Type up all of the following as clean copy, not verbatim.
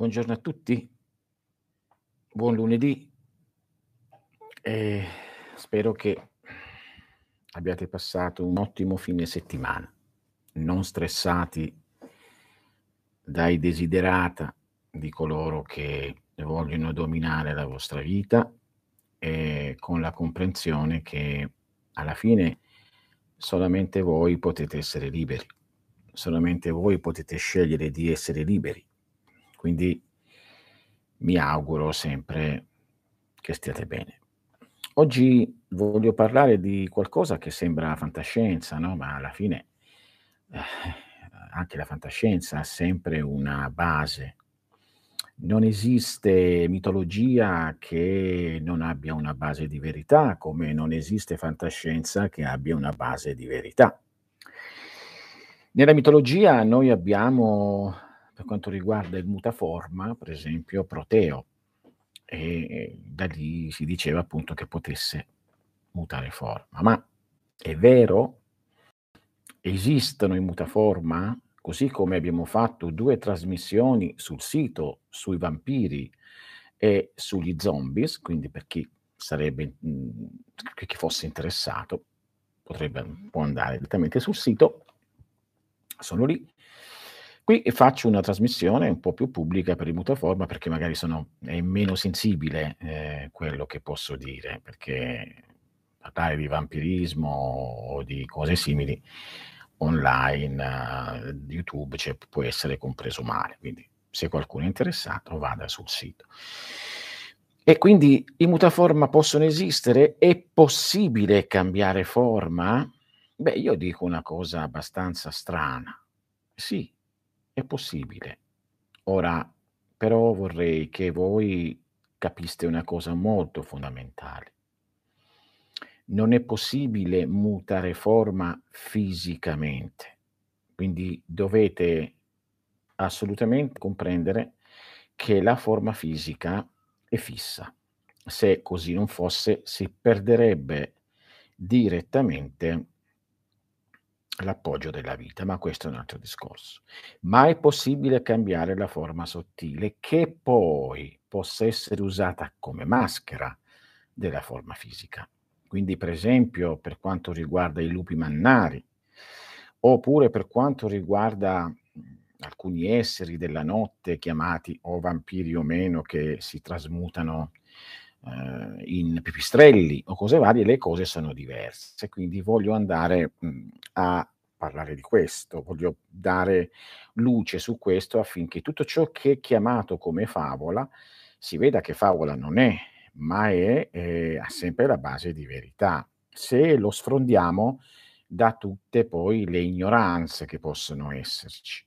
Buongiorno a tutti, buon lunedì e spero che abbiate passato un ottimo fine settimana, non stressati dai desiderata di coloro che vogliono dominare la vostra vita e con la comprensione che alla fine solamente voi potete essere liberi, solamente voi potete scegliere di essere liberi. Quindi mi auguro sempre che stiate bene. Oggi voglio parlare di qualcosa che sembra fantascienza, no, ma alla fine, eh, anche la fantascienza ha sempre una base. Non esiste mitologia che non abbia una base di verità, come non esiste fantascienza che abbia una base di verità. Nella mitologia noi abbiamo, per quanto riguarda il mutaforma, per esempio Proteo, e da lì si diceva appunto che potesse mutare forma. Ma è vero? Esistono i mutaforma? Così come abbiamo fatto 2 trasmissioni sul sito sui vampiri e sugli zombies, quindi per chi sarebbe chi fosse interessato può andare direttamente sul sito, sono lì. Qui faccio una trasmissione un po' più pubblica per il mutaforma perché magari è meno sensibile, quello che posso dire, perché parlare di vampirismo o di cose simili online, YouTube, cioè può essere compreso male. Quindi se qualcuno è interessato vada sul sito. E quindi i mutaforma possono esistere? È possibile cambiare forma? Beh, io dico una cosa abbastanza strana. Sì, è possibile. Ora, però vorrei che voi capiste una cosa molto fondamentale. Non è possibile mutare forma fisicamente, quindi dovete assolutamente comprendere che la forma fisica è fissa. Se così non fosse, si perderebbe direttamente l'appoggio della vita, ma questo è un altro discorso. Ma è possibile cambiare la forma sottile che poi possa essere usata come maschera della forma fisica. Quindi, per esempio, per quanto riguarda i lupi mannari, oppure per quanto riguarda alcuni esseri della notte chiamati o vampiri o meno che si trasmutano in pipistrelli o cose varie, le cose sono diverse. Quindi voglio andare a parlare di questo, voglio dare luce su questo affinché tutto ciò che è chiamato come favola si veda che favola non è, ma ha sempre la base di verità. Se lo sfrondiamo da tutte poi le ignoranze che possono esserci.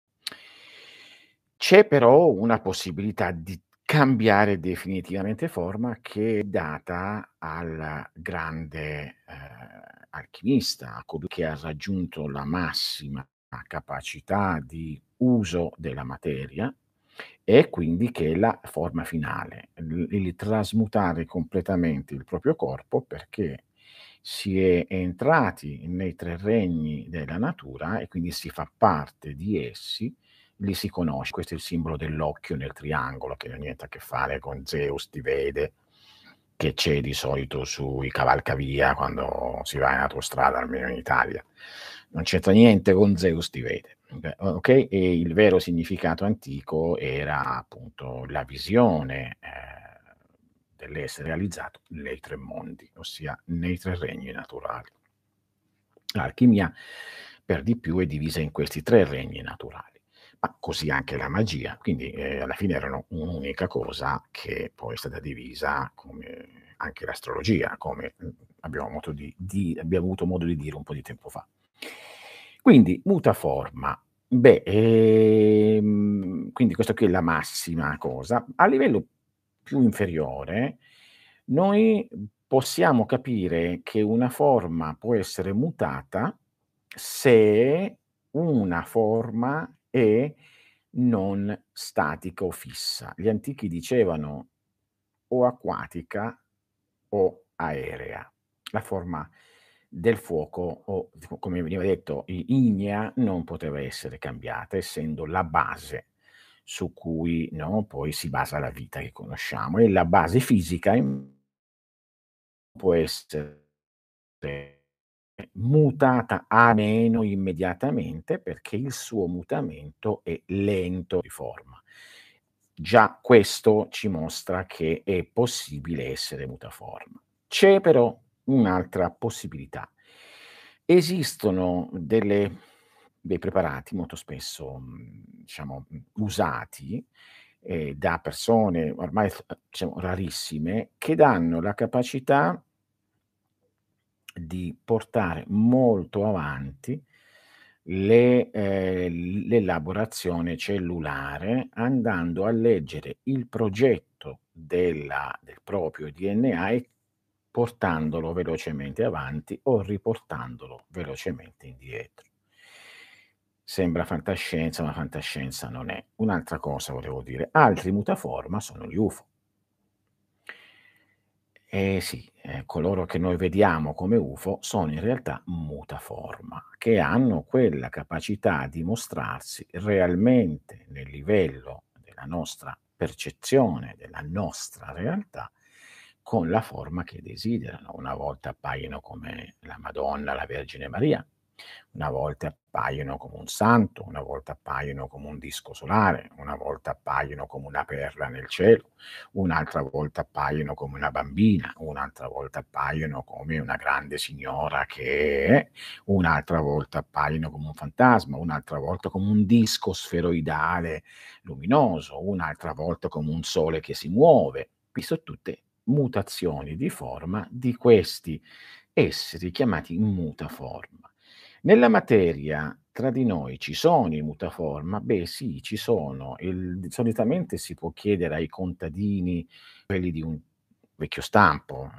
C'è però una possibilità di cambiare definitivamente forma che è data al grande, alchimista, a colui che ha raggiunto la massima capacità di uso della materia e quindi che è la forma finale, il trasmutare completamente il proprio corpo perché si è entrati nei 3 regni della natura e quindi si fa parte di essi, li si conosce. Questo è il simbolo dell'occhio nel triangolo, che non ha niente a che fare con Zeus ti vede, che c'è di solito sui cavalcavia quando si va in autostrada, almeno in Italia. Non c'entra niente con Zeus ti vede, okay? E il vero significato antico era appunto la visione, dell'essere realizzato nei 3 mondi, ossia nei 3 regni naturali. L'alchimia per di più è divisa in questi 3 regni naturali, ma così anche la magia, quindi, alla fine erano un'unica cosa che poi è stata divisa come anche l'astrologia, come, abbiamo avuto modo di dire un po' di tempo fa. Quindi mutaforma. Beh, quindi questo qui è la massima cosa. A livello più inferiore, noi possiamo capire che una forma può essere mutata se una forma è non statica o fissa. Gli antichi dicevano o acquatica o aerea. La forma del fuoco o, come veniva detto, ignea non poteva essere cambiata, essendo la base su cui, no, poi si basa la vita che conosciamo e la base fisica può essere mutata a meno immediatamente perché il suo mutamento è lento di forma. Già questo ci mostra che è possibile essere mutaforma. C'è però un'altra possibilità. Esistono dei preparati molto spesso, diciamo, usati, da persone ormai diciamo rarissime, che danno la capacità di portare molto avanti l'elaborazione cellulare, andando a leggere il progetto del proprio DNA e portandolo velocemente avanti o riportandolo velocemente indietro. Sembra fantascienza, ma fantascienza non è. Un'altra cosa volevo dire: altri mutaforma sono gli UFO. Eh sì, coloro che noi vediamo come UFO sono in realtà mutaforma, che hanno quella capacità di mostrarsi realmente nel livello della nostra percezione, della nostra realtà, con la forma che desiderano. Una volta appaiono come la Madonna, la Vergine Maria, una volta appaiono come un santo, una volta appaiono come un disco solare, una volta appaiono come una perla nel cielo, un'altra volta appaiono come una bambina, un'altra volta appaiono come una grande signora che è, un'altra volta appaiono come un fantasma, un'altra volta come un disco sferoidale luminoso, un'altra volta come un sole che si muove. Qui sono tutte mutazioni di forma di questi esseri chiamati mutaforma. Nella materia tra di noi ci sono i mutaforma? Beh sì, ci sono. Solitamente si può chiedere ai contadini, quelli di un vecchio stampo,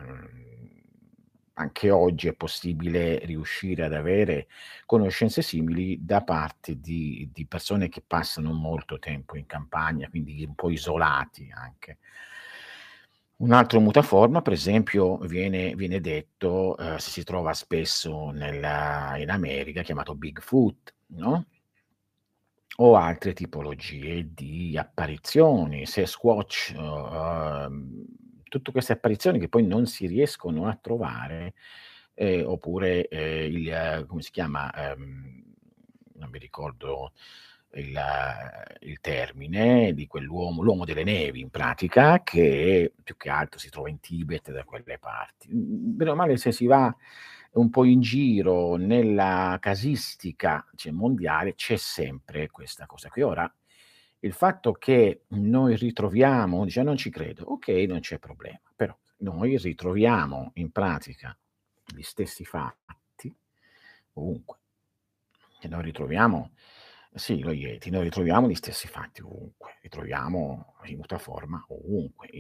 anche oggi è possibile riuscire ad avere conoscenze simili da parte di persone che passano molto tempo in campagna, quindi un po' isolati anche. Un altro mutaforma, per esempio, viene detto, si trova spesso in America, chiamato Bigfoot, no, o altre tipologie di apparizioni, Sasquatch, tutte queste apparizioni che poi non si riescono a trovare, oppure, come si chiama, non mi ricordo il termine di l'uomo delle nevi in pratica, che più che altro si trova in Tibet, da quelle parti. Bene o male se si va un po' in giro nella casistica, cioè mondiale, c'è sempre questa cosa qui. Ora, il fatto che noi ritroviamo dice: "Non ci credo", okay, non c'è problema, però noi ritroviamo in pratica gli stessi fatti ovunque. E noi ritroviamo sì, lo Yeti, noi ritroviamo gli stessi fatti ovunque, ritroviamo i mutaforma ovunque,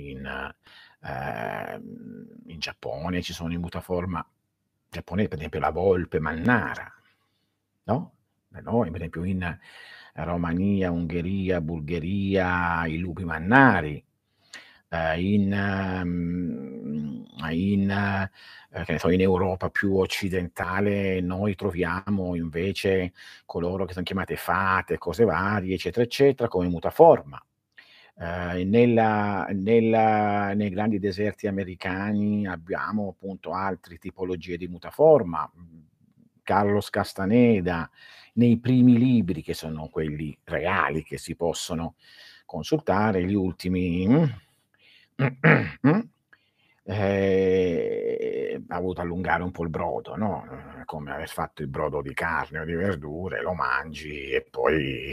in Giappone ci sono i mutaforma giapponesi, per esempio la volpe mannara, no, da noi, per esempio in Romania, Ungheria, Bulgaria, i lupi mannari, che ne so, in Europa più occidentale noi troviamo invece coloro che son chiamate fate, cose varie, eccetera, eccetera, come mutaforma. Nei grandi deserti americani abbiamo appunto altre tipologie di mutaforma, Carlos Castaneda, nei primi libri che sono quelli reali che si possono consultare, gli ultimi, ha voluto allungare un po' il brodo, no, come aver fatto il brodo di carne o di verdure, lo mangi e poi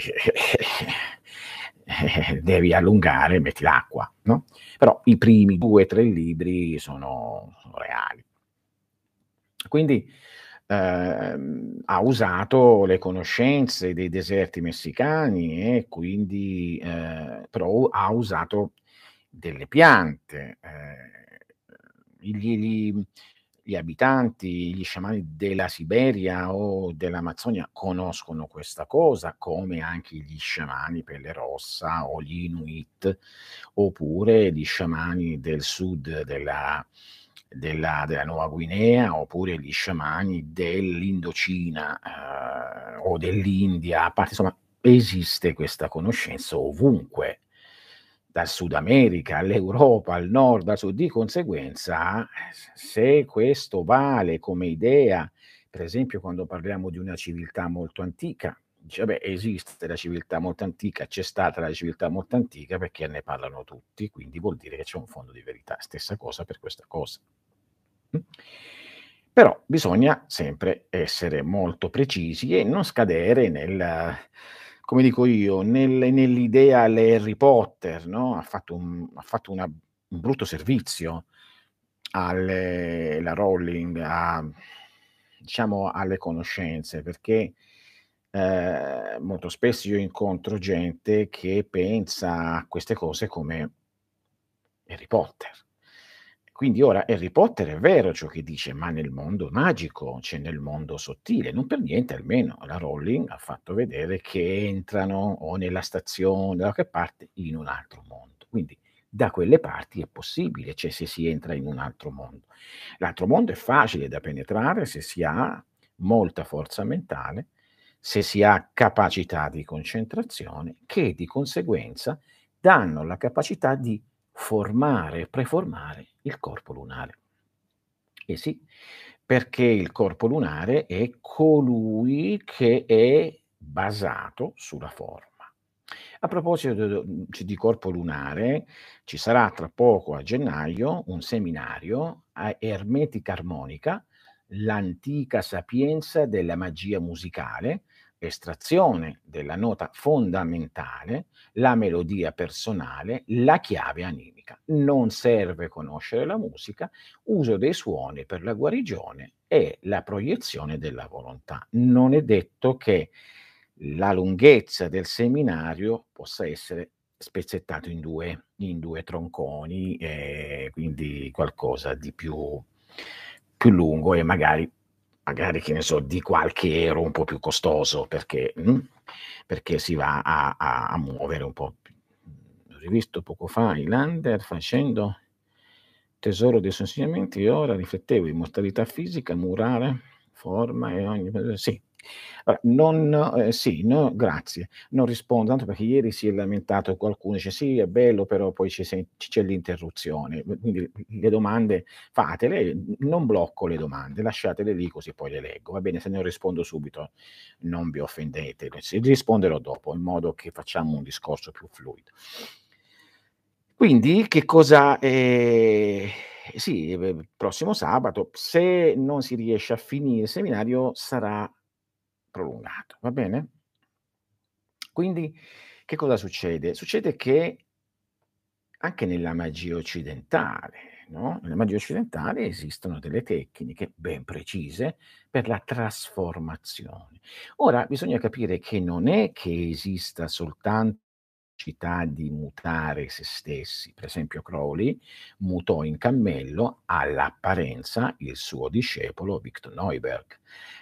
devi allungare e metti l'acqua, no, però i primi 2, 3 libri sono reali. Quindi, ha usato le conoscenze dei deserti messicani e quindi però ha usato delle piante, gli abitanti, gli sciamani della Siberia o dell'Amazzonia conoscono questa cosa, come anche gli sciamani Pelle Rossa o gli Inuit, oppure gli sciamani del sud della Nuova Guinea, oppure gli sciamani dell'Indocina, o dell'India, a parte insomma esiste questa conoscenza ovunque, dal Sud America all'Europa, al nord, al sud. Di conseguenza, se questo vale come idea, per esempio quando parliamo di una civiltà molto antica, dice: "Vabbè, esiste la civiltà molto antica, c'è stata la civiltà molto antica perché ne parlano tutti, quindi vuol dire che c'è un fondo di verità." Stessa cosa per questa cosa. Mh. Però bisogna sempre essere molto precisi e non scadere nel, come dico io, nell'idea alle Harry Potter, no, ha fatto un brutto servizio alle la Rowling, diciamo alle conoscenze, perché, molto spesso io incontro gente che pensa a queste cose come Harry Potter. Quindi ora Harry Potter è vero ciò che dice, ma nel mondo magico, cioè nel mondo sottile. Non per niente almeno la Rowling ha fatto vedere che entrano o nella stazione, da qualche parte, in un altro mondo. Quindi da quelle parti è possibile, cioè se si entra in un altro mondo. L'altro mondo è facile da penetrare se si ha molta forza mentale, se si ha capacità di concentrazione, che di conseguenza danno la capacità di formare, preformare il corpo lunare. Eh sì, perché il corpo lunare è colui che è basato sulla forma. A proposito di corpo lunare, ci sarà tra poco a gennaio un seminario a Ermetica Armonica, l'antica sapienza della magia musicale, estrazione della nota fondamentale, la melodia personale, la chiave animica. Non serve conoscere la musica, uso dei suoni per la guarigione e la proiezione della volontà. Non è detto che la lunghezza del seminario possa essere spezzettato in due tronconi, quindi qualcosa di più lungo e magari che ne so, di qualche euro un po' più costoso perché si va a muovere un po' più. Ho rivisto poco fa Highlander facendo tesoro dei suoi insegnamenti e ora riflettevo immortalità fisica, murare, forma e ogni sì. Allora non sì, no grazie. Non rispondo tanto perché ieri si è lamentato qualcuno, dice: "Sì, è bello, però poi c'è l'interruzione". Quindi le domande fatele, non blocco le domande, lasciatele lì così poi le leggo. Va bene, se non rispondo subito non vi offendete, sì, risponderò dopo, in modo che facciamo un discorso più fluido. Quindi che cosa sì, prossimo sabato, se non si riesce a finire il seminario sarà prolungato, va bene? Quindi che cosa succede? Succede che anche nella magia occidentale, no, nella magia occidentale esistono delle tecniche ben precise per la trasformazione. Ora bisogna capire che non è che esista soltanto capacità di mutare se stessi. Per esempio Crowley mutò in cammello all'apparenza il suo discepolo Victor Neuberg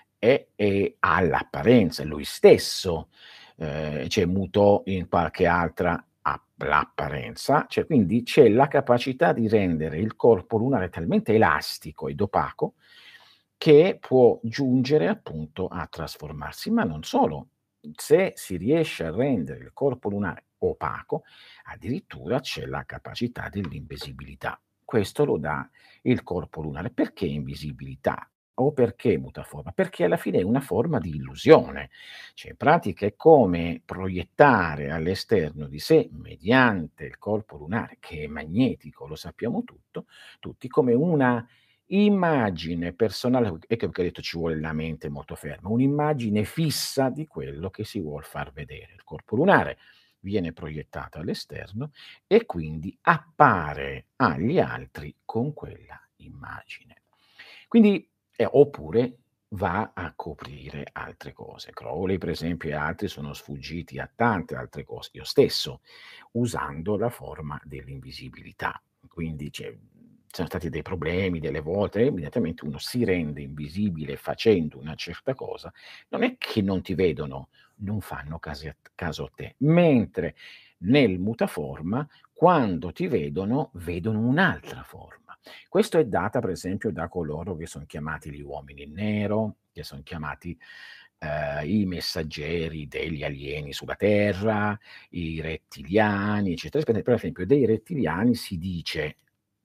e all'apparenza lui stesso, cioè mutò in qualche altra l'apparenza, cioè quindi c'è la capacità di rendere il corpo lunare talmente elastico ed opaco che può giungere appunto a trasformarsi. Ma non solo, se si riesce a rendere il corpo lunare opaco, addirittura c'è la capacità dell'invisibilità. Questo lo dà il corpo lunare. Perché invisibilità? O perché mutaforma? Perché alla fine è una forma di illusione. Cioè, in pratica è come proiettare all'esterno di sé, mediante il corpo lunare, che è magnetico, lo sappiamo tutti, come una immagine personale, ecco perché ho detto ci vuole la mente molto ferma, un'immagine fissa di quello che si vuol far vedere. Il corpo lunare viene proiettato all'esterno e quindi appare agli altri con quella immagine. Quindi oppure va a coprire altre cose. Crowley per esempio e altri sono sfuggiti a tante altre cose, io stesso, usando la forma dell'invisibilità. Quindi sono stati dei problemi delle volte, immediatamente uno si rende invisibile facendo una certa cosa, non è che non ti vedono, non fanno caso a te, mentre nel mutaforma quando ti vedono un'altra forma. Questo è data per esempio da coloro che son chiamati gli uomini in nero, che son chiamati, i messaggeri degli alieni sulla Terra, i rettiliani, eccetera, eccetera. Per esempio dei rettiliani si dice,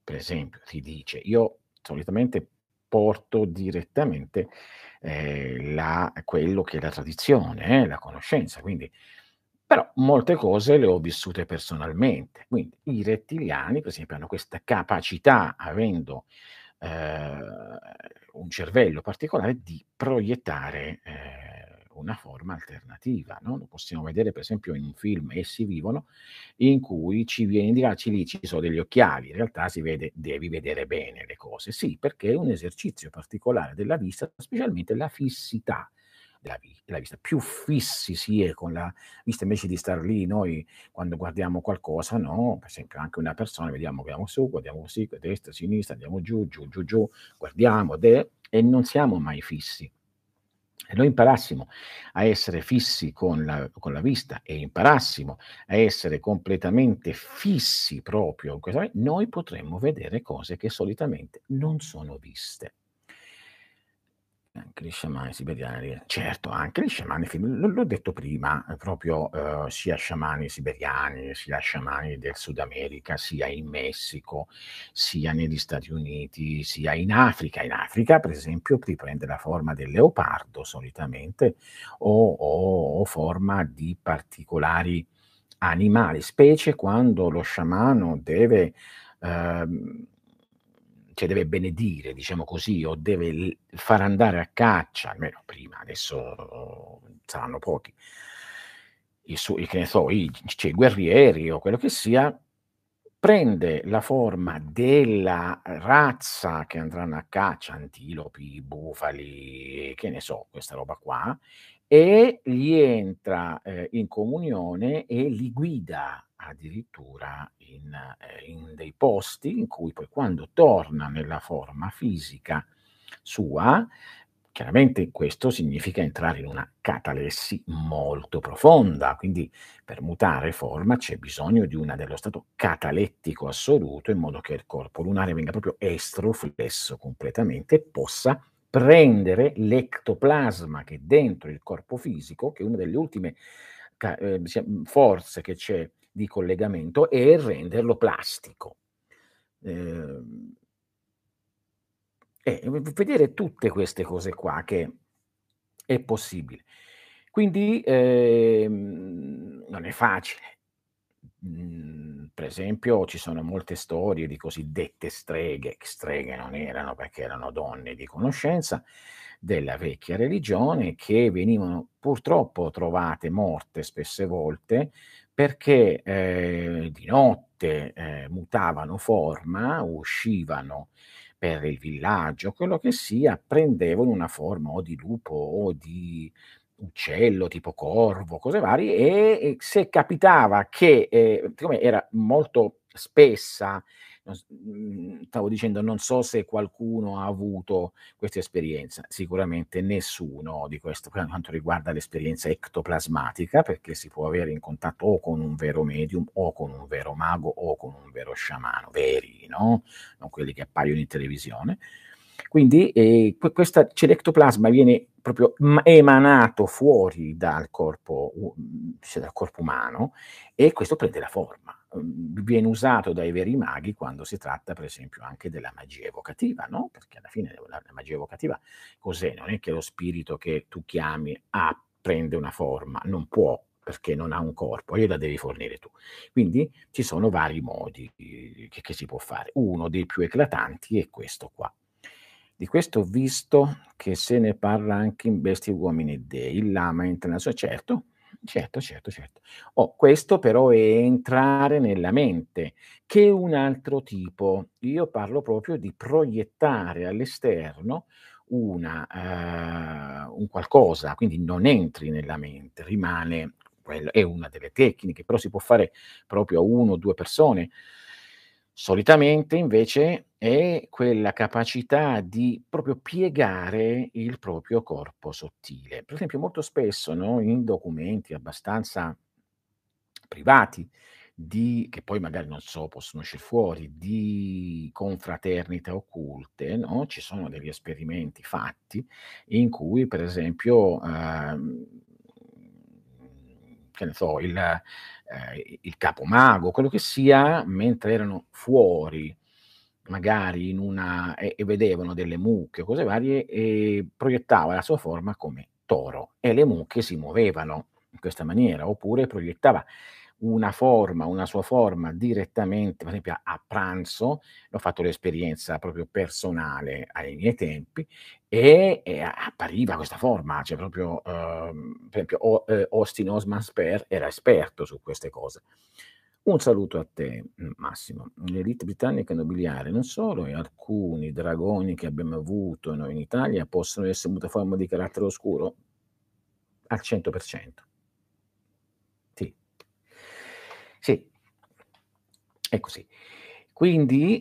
io solitamente porto direttamente, la quello che è la tradizione, la conoscenza, quindi però molte cose le ho vissute personalmente. Quindi i rettiliani, per esempio, hanno questa capacità, avendo, ehm, un cervello particolare, di proiettare, una forma alternativa, no, lo possiamo vedere per esempio in un film, Essi vivono, in cui ci viene indica ci lì ci sono degli occhiali, in realtà si vede devi vedere bene le cose. Sì, perché è un esercizio particolare della vista, specialmente la fissità della vista. Più fissi si è con la vista, invece di star lì noi quando guardiamo qualcosa, no, per esempio anche una persona, vediamo, guardiamo su, guardiamo sì, a destra, a sinistra, andiamo giù, giù, giù, giù, guardiamo e non siamo mai fissi. Se noi imparassimo a essere fissi con la vista e imparassimo a essere completamente fissi proprio in questa noi potremmo vedere cose che solitamente non sono viste. Anche gli sciamani siberiani, certo, anche gli sciamani l'ho detto prima, proprio, sia sciamani siberiani, sia sciamani del Sud America, sia in Messico, sia negli Stati Uniti, sia in Africa. In Africa, per esempio, riprende la forma del leopardo solitamente o forma di particolari animali, specie quando lo sciamano deve, ehm, cioè deve benedire, diciamo così, o deve far andare a caccia, almeno prima, adesso saranno pochi, che ne so, i guerrieri o quello che sia, prende la forma della razza che andranno a caccia, antilopi, bufali, che ne so, questa roba qua, e gli entra, in comunione e li guida addirittura in dei posti in cui poi quando torna nella forma fisica sua, chiaramente questo significa entrare in una catalessi molto profonda, quindi per mutare forma c'è bisogno di una dello stato catalettico assoluto, in modo che il corpo lunare venga proprio estroflesso completamente e possa prendere l'ectoplasma che è dentro il corpo fisico, che è una delle ultime forze che c'è di collegamento, e renderlo plastico. Ehm, vedere tutte queste cose qua che è possibile. Quindi, non è facile. Per esempio ci sono molte storie di cosiddette streghe, che streghe non erano perché erano donne di conoscenza, della vecchia religione, che venivano purtroppo trovate morte spesse volte perché, di notte, mutavano forma, uscivano per il villaggio, quello che sia, prendevano una forma o di lupo o di uccello, tipo corvo, cose varie, e se capitava che, siccome era molto spessa, stavo dicendo, non so se qualcuno ha avuto questa esperienza, sicuramente nessuno di questo per quanto riguarda l'esperienza ectoplasmatica, perché si può avere in contatto o con un vero medium o con un vero mago o con un vero sciamano, veri, no, non quelli che appaiono in televisione. Quindi, questa cioè l'ectoplasma viene proprio emanato fuori cioè dal corpo umano, e questo prende la forma. Viene usato dai veri maghi quando si tratta, per esempio, anche della magia evocativa, no, perché alla fine la magia evocativa cos'è? Non è che lo spirito che tu chiami prende una forma, non può, perché non ha un corpo, gliela devi fornire tu. Quindi ci sono vari modi, che si può fare. Uno dei più eclatanti è questo qua. Di questo ho visto che se ne parla anche in Bestie, uomini e dei, il lama certo, certo, certo, certo. Questo però è entrare nella mente, che è un altro tipo. Io parlo proprio di proiettare all'esterno un qualcosa, quindi non entri nella mente, rimane quello è una delle tecniche, però si può fare proprio a 1 o 2 persone. Solitamente invece è quella capacità di proprio piegare il proprio corpo sottile. Per esempio molto spesso, no, in documenti abbastanza privati che poi magari non so, possono uscir fuori, di confraternite occulte, no, ci sono degli esperimenti fatti in cui per esempio, che ne so, il capomago, quello che sia, mentre erano fuori, magari in una e vedevano delle mucche o cose varie, proiettava la sua forma come toro e le mucche si muovevano in questa maniera, oppure proiettava una sua forma direttamente, per esempio a pranzo, ho fatto l'esperienza proprio personale ai miei tempi, appariva questa forma, cioè proprio, per esempio Austin Osman Spare era esperto su queste cose. Un saluto a te, Massimo. L'élite britannica nobiliare non solo e alcuni dragoni che abbiamo avuto noi in Italia possono essere mutaforma di carattere oscuro? Al 100%. Sì. Sì, è così. Quindi,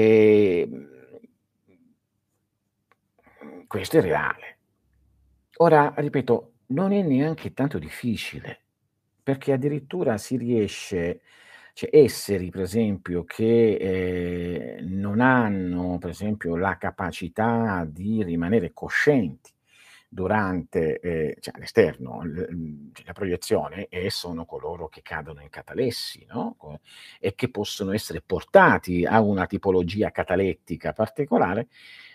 questo è reale. Ora, ripeto, non è neanche tanto difficile, perché addirittura si riesce cioè esseri, per esempio, che, non hanno, per esempio, la capacità di rimanere coscienti durante, cioè all'esterno, cioè la proiezione e sono coloro che cadono in catalessi, no, e che possono essere portati a una tipologia catalettica particolare,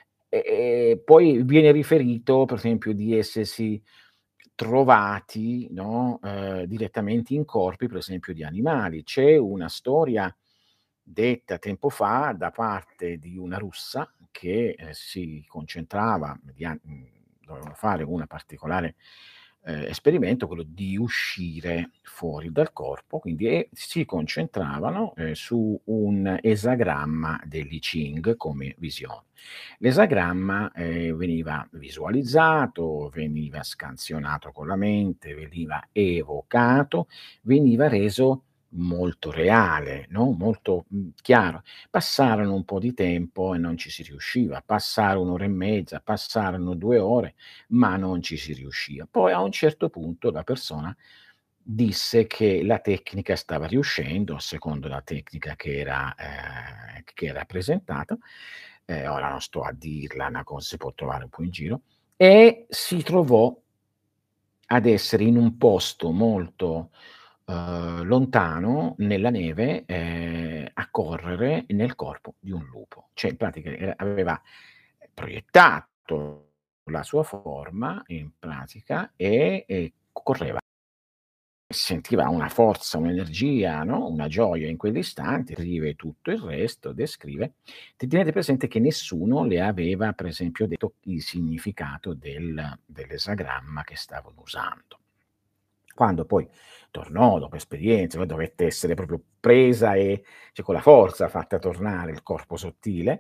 poi viene riferito, per esempio, di essersi trovati, no, direttamente in corpi, per esempio, di animali. C'è una storia detta tempo fa da parte di una russa che, si concentrava dovevano fare una particolare, esperimento, quello di uscire fuori dal corpo, quindi si concentravano, su un esagramma dell'I Ching come visione. L'esagramma, veniva visualizzato, veniva scansionato con la mente, veniva evocato, veniva reso molto reale, no, molto, chiaro. Passarono un po' di tempo e non ci si riusciva. Passarono 1 ora e mezza, passarono 2 ore, ma non ci si riusciva. Poi a un certo punto la persona disse che la tecnica stava riuscendo, secondo la tecnica che era presentata, ora non sto a dirla, una cosa si può trovare un po' in giro, e si trovò ad essere in un posto molto, lontano nella neve, a correre nel corpo di un lupo. Cioè in pratica aveva proiettato la sua forma in pratica e correva. Sentiva una forza, un'energia, no, una gioia in quell'istante, scrive tutto il resto, descrive. Tenete presente che nessuno le aveva, per esempio, detto il significato dell'esagramma che stavano usando. Quando poi tornò dopo esperienze, poi dovette essere proprio presa e cioè con la forza fatta tornare il corpo sottile,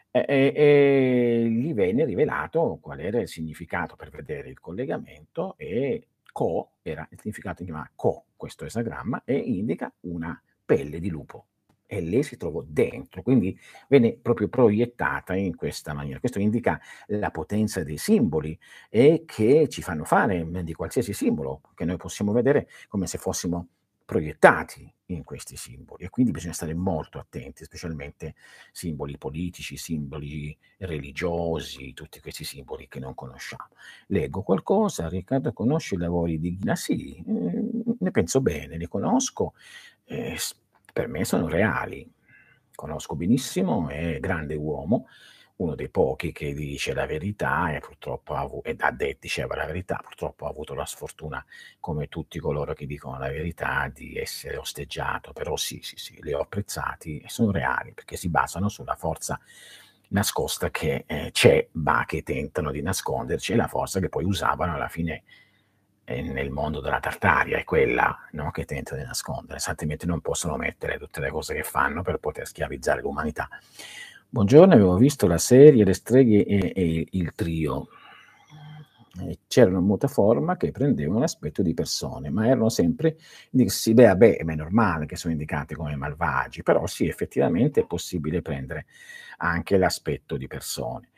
gli venne rivelato qual era il significato per vedere il collegamento e "ko" era il significato si chiama "ko", questo esagramma, e indica una pelle di lupo. E lei si trovò dentro, quindi venne proprio proiettata in questa maniera. Questo indica la potenza dei simboli e che ci fanno fare di qualsiasi simbolo, che noi possiamo vedere come se fossimo proiettati in questi simboli e quindi bisogna stare molto attenti, specialmente simboli politici, simboli religiosi, tutti questi simboli che non conosciamo. Leggo qualcosa, Riccardo conosci i lavori di Ghina? Sì, ne penso bene, li conosco, per me sono reali. Conosco benissimo, è grande uomo, uno dei pochi che dice la verità e purtroppo diceva la verità, purtroppo ha avuto la sfortuna, come tutti coloro che dicono la verità, di essere osteggiato, però sì, sì, sì, li ho apprezzati e sono reali, perché si basano sulla forza nascosta che, c'è, ma che tentano di nasconderci e la forza che poi usavano alla fine, nel mondo della Tartaria, è quella, no, che tentano di nascondere, s altrimenti non possono mettere tutte le cose che fanno per poter schiavizzare l'umanità. Buongiorno, avevo visto la serie Le streghe e il trio. C'erano mutaforma che prendevano l'aspetto di persone, ma erano sempre sì, beh, vabbè, ma è normale che sono indicati come malvagi, però sì, effettivamente è possibile prendere anche l'aspetto di persone.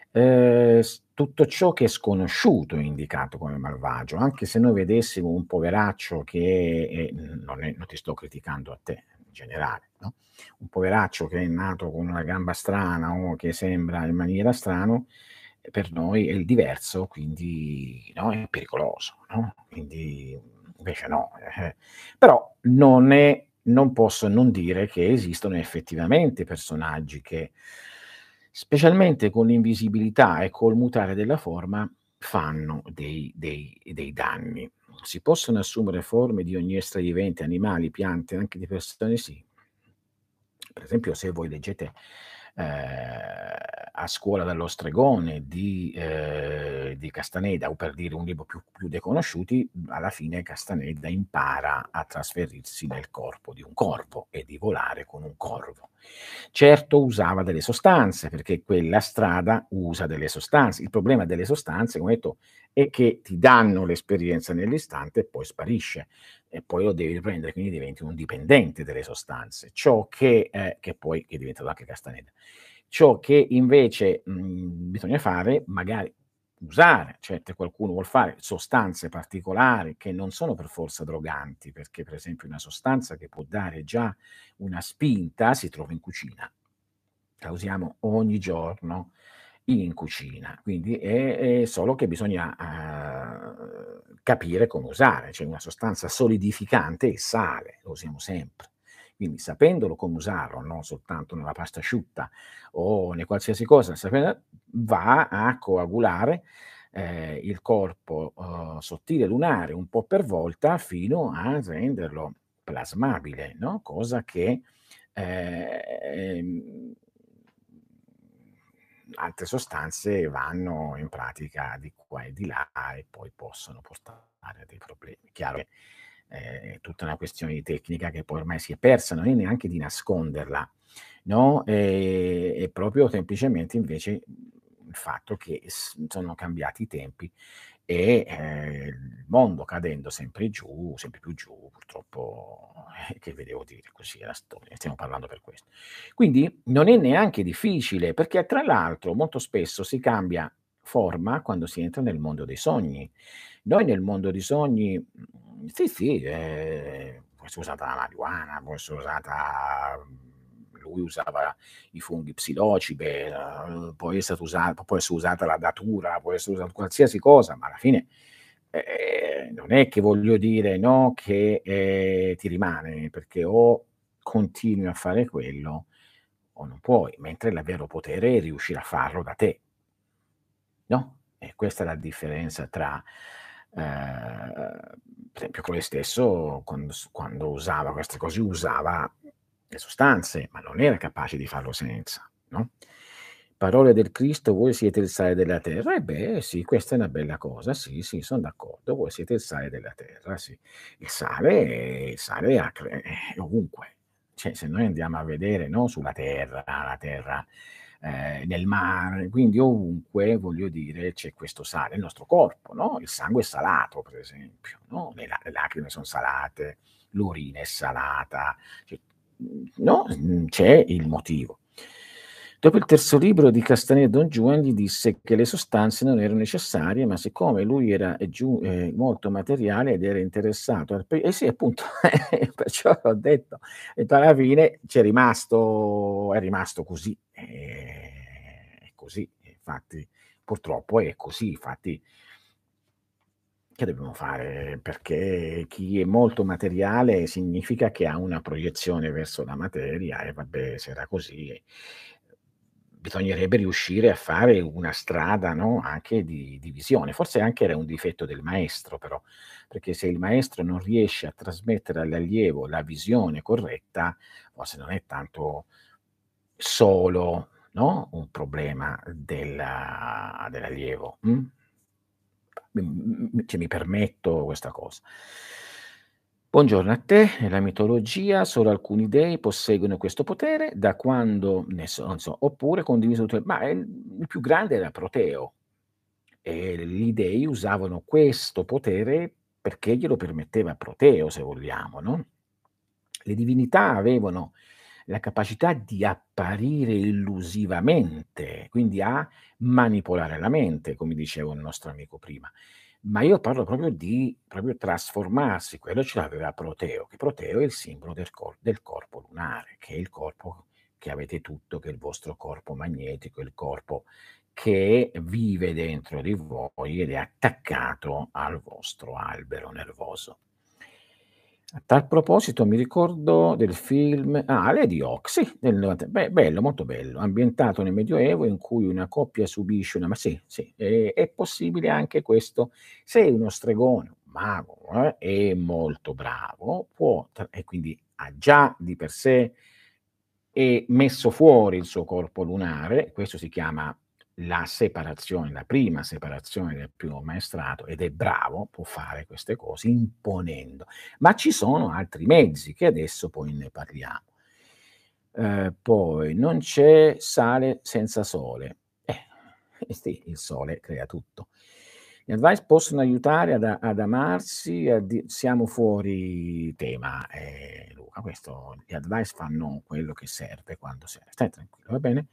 Tutto ciò che è sconosciuto è indicato come malvagio, anche se noi vedessimo un poveraccio che non ti sto criticando a te in generale, no, un poveraccio che è nato con una gamba strana o che sembra in maniera strano, per noi è il diverso, quindi, no, è pericoloso, no, quindi invece no, però non posso non dire che esistono effettivamente personaggi che, specialmente con l'invisibilità e col mutare della forma, fanno dei danni. Si possono assumere forme di ogni essere vivente, animali, piante, anche di persone sì. Per esempio se voi leggete, A scuola dallo stregone di Castaneda, o per dire un libro più dei conosciuti, alla fine Castaneda impara a trasferirsi nel corpo di un corvo e di volare con un corvo. Certo usava delle sostanze, perché quella strada usa delle sostanze. Il problema delle sostanze, come ho detto, è che ti danno l'esperienza nell'istante e poi sparisce e poi lo devi riprendere, quindi diventi un dipendente delle sostanze. Ciò che è diventato anche Castaneda. Ciò che invece, bisogna fare, magari usare, cioè se qualcuno vuol fare sostanze particolari che non sono per forza droganti, perché per esempio una sostanza che può dare già una spinta si trova in cucina. La usiamo ogni giorno in cucina, quindi è solo che bisogna, capire come usare. Cioè una sostanza solidificante è il sale, lo usiamo sempre. Quindi sapendolo come usarlo, non soltanto nella pasta asciutta o ne qualsiasi cosa, va a coagulare, il corpo, sottile lunare un po' per volta fino a renderlo plasmabile, no, cosa che, ehm altre sostanze vanno in pratica di qua e di là e poi possono portare a dei problemi. Chiaro che, è tutta una questione di tecnica che poi ormai si è persa, non è neanche di nasconderla, no, è proprio semplicemente invece, il fatto che sono cambiati i tempi e, il mondo cadendo sempre più giù, purtroppo, che vi devo dire, così è la storia, stiamo parlando per questo. Quindi non è neanche difficile, perché tra l'altro molto spesso si cambia forma quando si entra nel mondo dei sogni. Noi nel mondo dei sogni sì, sì, può essere usata la marijuana, può essere usata lui usava i funghi psilocibe, può essere usata la datura, può essere usata qualsiasi cosa, ma alla fine, non è che voglio dire, no, che, ti rimane, perché o continui a fare quello o non puoi, mentre il vero potere è riuscire a farlo da te, no, e questa è la differenza tra, per esempio Crowley stesso quando usava queste cose, usava le sostanze, ma non era capace di farlo senza, no. Parole del Cristo: "Voi siete il sale della terra". Eh beh, sì, questa è una bella cosa, sì, sì, son d'accordo. Voi siete il sale della terra, sì. Il sale è ovunque. Cioè, se noi andiamo a vedere, no, sulla terra, la terra, nel mare, quindi ovunque, voglio dire, c'è questo sale. Il nostro corpo, no, il sangue è salato, per esempio, no, le lacrime son salate, l'urina è salata, cioè, no, c'è il motivo. Dopo il terzo libro di Castaneda Don Juan gli disse che le sostanze non erano necessarie, ma siccome lui era molto materiale ed era interessato eh sì appunto, perciò l'ho detto. E poi alla fine è rimasto così, è così. Infatti purtroppo è così, infatti che dobbiamo fare? Perché chi è molto materiale significa che ha una proiezione verso la materia e vabbè, se era così, bisognerebbe riuscire a fare una strada, no, anche di visione. Forse anche era un difetto del maestro però, perché se il maestro non riesce a trasmettere all'allievo la visione corretta, forse non è tanto solo, no, un problema dell'allievo, cioè mi permetto questa cosa. Buongiorno a te. Nella mitologia solo alcuni dei posseggono questo potere, da quando ne so non so, oppure condiviso ma il più grande era Proteo e gli dei usavano questo potere perché glielo permetteva Proteo, se vogliamo, no? Le divinità avevano la capacità di apparire illusivamente, quindi a manipolare la mente, come diceva un nostro amico prima. Ma io parlo proprio di proprio trasformarsi, quello ce l'aveva Proteo, che Proteo è il simbolo del corpo lunare, che è il corpo che avete tutto, che è il vostro corpo magnetico, il corpo che vive dentro di voi ed è attaccato al vostro albero nervoso. A tal proposito mi ricordo del film Lady Hawk, sì, del 90 bello, molto bello, ambientato nel Medioevo in cui una coppia subisce una ma sì, sì, è possibile anche questo. Se uno stregone, un mago, è molto bravo, può tra e quindi ha già di per sé messo fuori il suo corpo lunare, questo si chiama la separazione, la prima separazione del primo maestrato ed è bravo, può fare queste cose imponendo. Ma ci sono altri mezzi che adesso poi ne parliamo. Poi non c'è sale senza sole. Sì, il sole crea tutto. Gli advice possono aiutare ad amarsi, siamo fuori tema, Luca, questo gli advice fanno quello che serve quando serve. Stai tranquillo, va bene?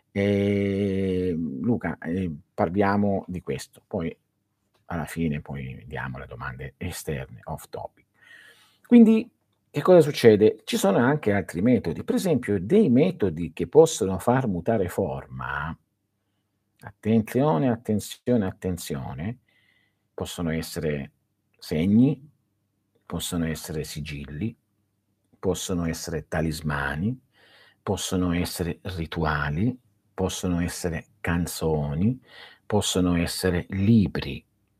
Luca, parliamo di questo, poi alla fine poi vediamo le domande esterne, off topic. Quindi che cosa succede? Ci sono anche altri metodi, per esempio dei metodi che possono far mutare forma, attenzione, attenzione, attenzione, possono essere segni, possono essere sigilli, possono essere talismani, possono essere rituali, possono essere canzoni, possono essere libri.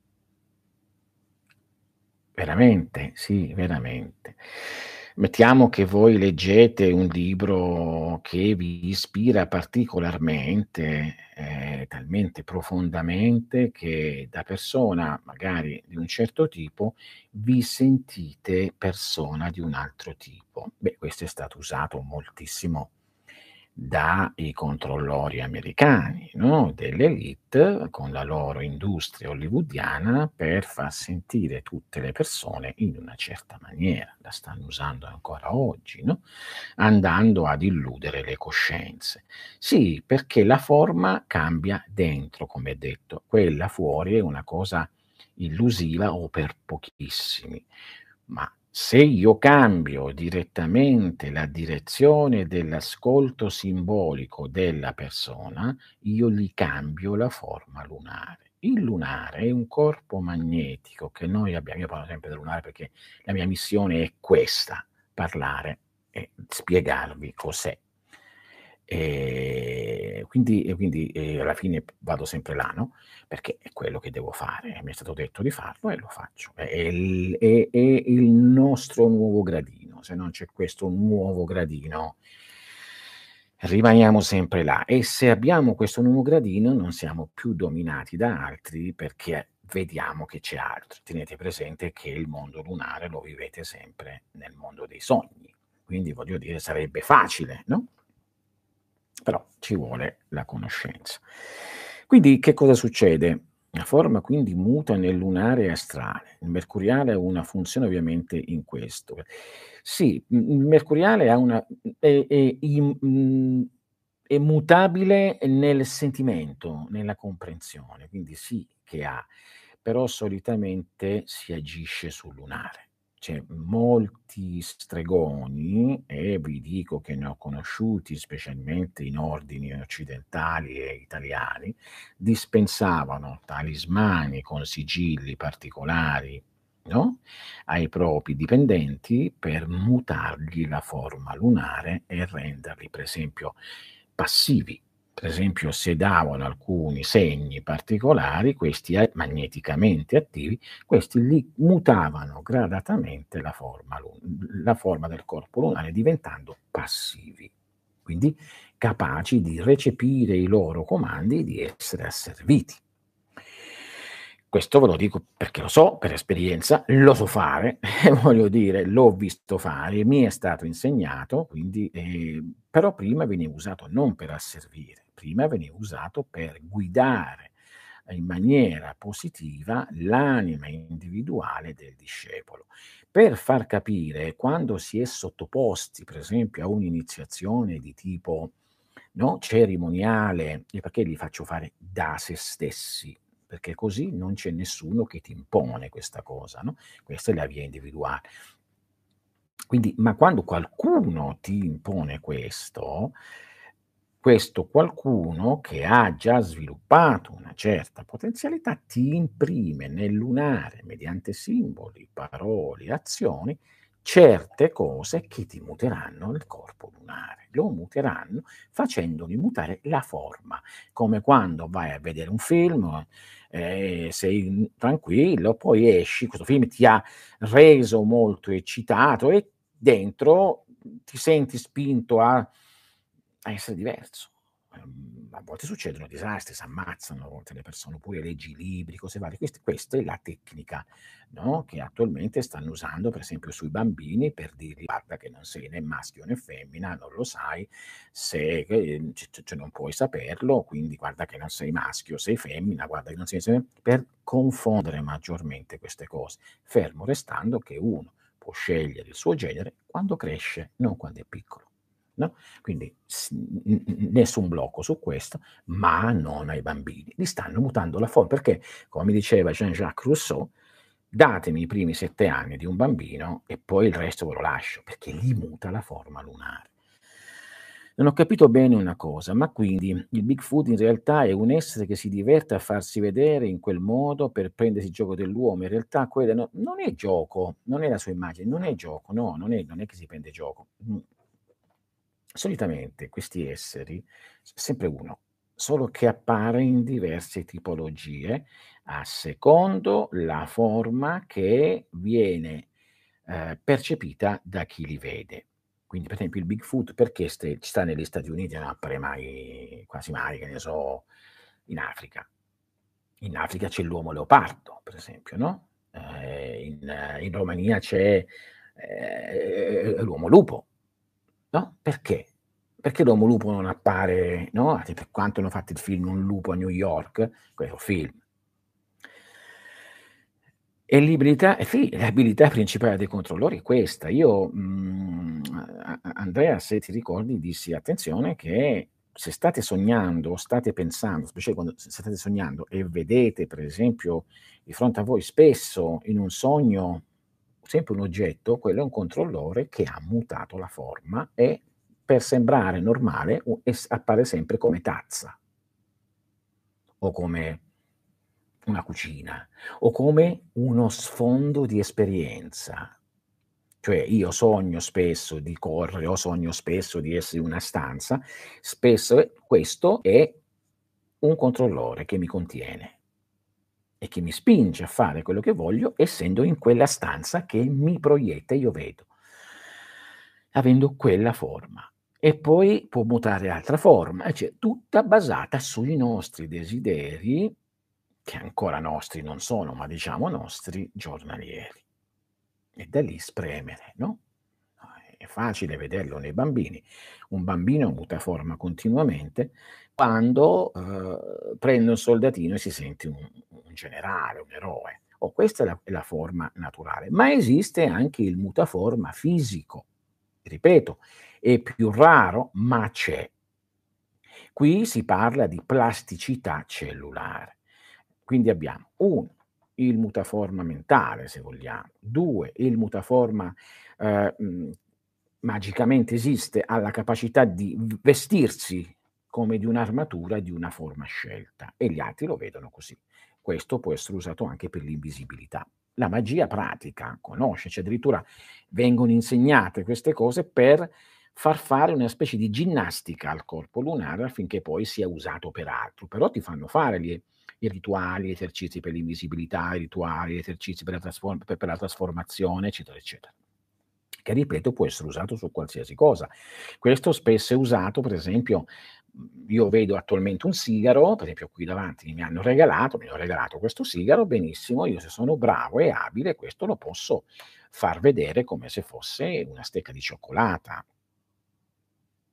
Veramente, sì, veramente. Mettiamo che voi leggete un libro che vi ispira particolarmente, talmente profondamente che da persona magari di un certo tipo vi sentite persona di un altro tipo. Beh, questo è stato usato moltissimo dai controllori americani, no, dell'élite con la loro industria hollywoodiana per far sentire tutte le persone in una certa maniera. La stanno usando ancora oggi, no, andando ad illudere le coscienze. Sì, perché la forma cambia dentro, come detto, quella fuori è una cosa illusiva o per pochissimi. Ma se io cambio direttamente la direzione dell'ascolto simbolico della persona, io gli cambio la forma lunare. Il lunare è un corpo magnetico che noi abbiamo, io parlo sempre del lunare perché la mia missione è questa, parlare e spiegarvi cos'è. Quindi alla fine vado sempre là, no, perché è quello che devo fare, mi è stato detto di farlo e lo faccio. È il nostro nuovo gradino, se non c'è questo nuovo gradino rimaniamo sempre là e se abbiamo questo nuovo gradino non siamo più dominati da altri perché vediamo che c'è altro. Tenete presente che il mondo lunare lo vivete sempre nel mondo dei sogni, quindi voglio dire sarebbe facile, no? Però ci vuole la conoscenza. Quindi che cosa succede? La forma quindi muta nel lunare astrale. Il mercuriale ha una funzione ovviamente in questo. Sì, il mercuriale ha una è mutabile nel sentimento, nella comprensione, quindi sì che ha, però solitamente si agisce sul lunare. Cioè, molti stregoni, e vi dico che ne ho conosciuti specialmente in ordini occidentali e italiani, dispensavano talismani con sigilli particolari, no, ai propri dipendenti per mutargli la forma lunare e renderli, per esempio, passivi. Per esempio, se davano alcuni segni particolari, questi magneticamente attivi, questi li mutavano gradatamente la forma del corpo lunare diventando passivi, quindi capaci di recepire i loro comandi e di essere asserviti. Questo ve lo dico perché lo so per esperienza, lo so fare, voglio dire, l'ho visto fare, mi è stato insegnato, quindi, però prima veniva usato non per asservire, prima veniva usato per guidare in maniera positiva l'anima individuale del discepolo. Per far capire quando si è sottoposti, per esempio, a un'iniziazione di tipo, no, cerimoniale, e perché li faccio fare da se stessi? Perché così non c'è nessuno che ti impone questa cosa, no, questa è la via individuale. Quindi, ma quando qualcuno ti impone questo qualcuno che ha già sviluppato una certa potenzialità ti imprime nel lunare, mediante simboli, parole, azioni, certe cose che ti muteranno il corpo lunare. Lo muteranno facendogli mutare la forma, come quando vai a vedere un film, sei tranquillo, poi esci, questo film ti ha reso molto eccitato e dentro ti senti spinto a essere diverso. A volte succedono disastri, s'ammazzano a volte le persone, oppure leggi libri, cose varie. Questa è la tecnica, no, che attualmente stanno usando per esempio sui bambini per dirgli: "Guarda che non sei né maschio né femmina, non lo sai, se cioè non puoi saperlo, quindi guarda che non sei maschio, sei femmina, guarda che non sei" per confondere maggiormente queste cose, fermo restando che uno può scegliere il suo genere quando cresce, non quando è piccolo, no, quindi nessun blocco su questo, ma non ai bambini. Li stanno mutando la perché, come diceva Jean-Jacques Rousseau: "Datemi i primi 7 anni di un bambino e poi il resto ve lo lascio", perché gli muta la forma lunare. Non ho capito bene una cosa, ma quindi il Bigfoot in realtà è un essere che si diverte a farsi vedere in quel modo per prendersi gioco dell'uomo. In realtà quella non è gioco, non è la sua immagine, non è gioco, no, non è che si prende gioco. Solitamente questi esseri, sempre uno, solo che appare in diverse tipologie a secondo la forma che viene, percepita da chi li vede. Quindi per esempio il Bigfoot perché sta negli Stati Uniti e non appare mai quasi mai, che ne so, in Africa. In Africa c'è l'uomo leopardo, per esempio, no, in Romania c'è, l'uomo lupo, no, perché? Perché l'uomo lupo non appare, no, anche per quanto hanno fatto il film Un lupo a New York, quello film. E l'ibilità sì, l'abilità principale dei controllori è questa. Io, Andrea, se ti ricordi, dissi: "Attenzione che se state sognando o state pensando, specie quando se state sognando e vedete, per esempio, di fronte a voi spesso in un sogno sempre un oggetto, quello è un controllore che ha mutato la forma e per sembrare normale appare sempre come tazza o come una cucina o come uno sfondo di esperienza. Cioè io sogno spesso di correre o sogno spesso di essere in una stanza, spesso questo è un controllore che mi contiene e che mi spinge a fare quello che voglio essendo in quella stanza che mi proietta e io vedo, avendo quella forma. E poi può mutare altra forma, cioè tutta basata sui nostri desideri, che ancora nostri non sono, ma diciamo nostri, giornalieri. E da lì spremere, no, è facile vederlo nei bambini. Un bambino muta forma continuamente quando, prende un soldatino e si sente un generale, un eroe. Oh, questa è la forma naturale, ma esiste anche il mutaforma fisico. Ripeto, è più raro, ma c'è. Qui si parla di plasticità cellulare. Quindi abbiamo 1 il mutaforma mentale se vogliamo, 2 il mutaforma, magicamente esiste, ha la capacità di vestirsi come di un'armatura di una forma scelta e gli altri lo vedono così. Questo può essere usato anche per l'invisibilità. La magia pratica, conosce, addirittura vengono insegnate queste cose per far fare una specie di ginnastica al corpo lunare affinché poi sia usato per altro, però ti fanno fare i rituali, gli esercizi per l'invisibilità, i rituali, gli esercizi per la trasformazione, eccetera, eccetera. Che ripeto può essere usato su qualsiasi cosa. Questo spesso è usato, per esempio, io vedo attualmente un sigaro, per esempio qui davanti mi hanno regalato questo sigaro, benissimo, io se sono bravo e abile questo lo posso far vedere come se fosse una stecca di cioccolata.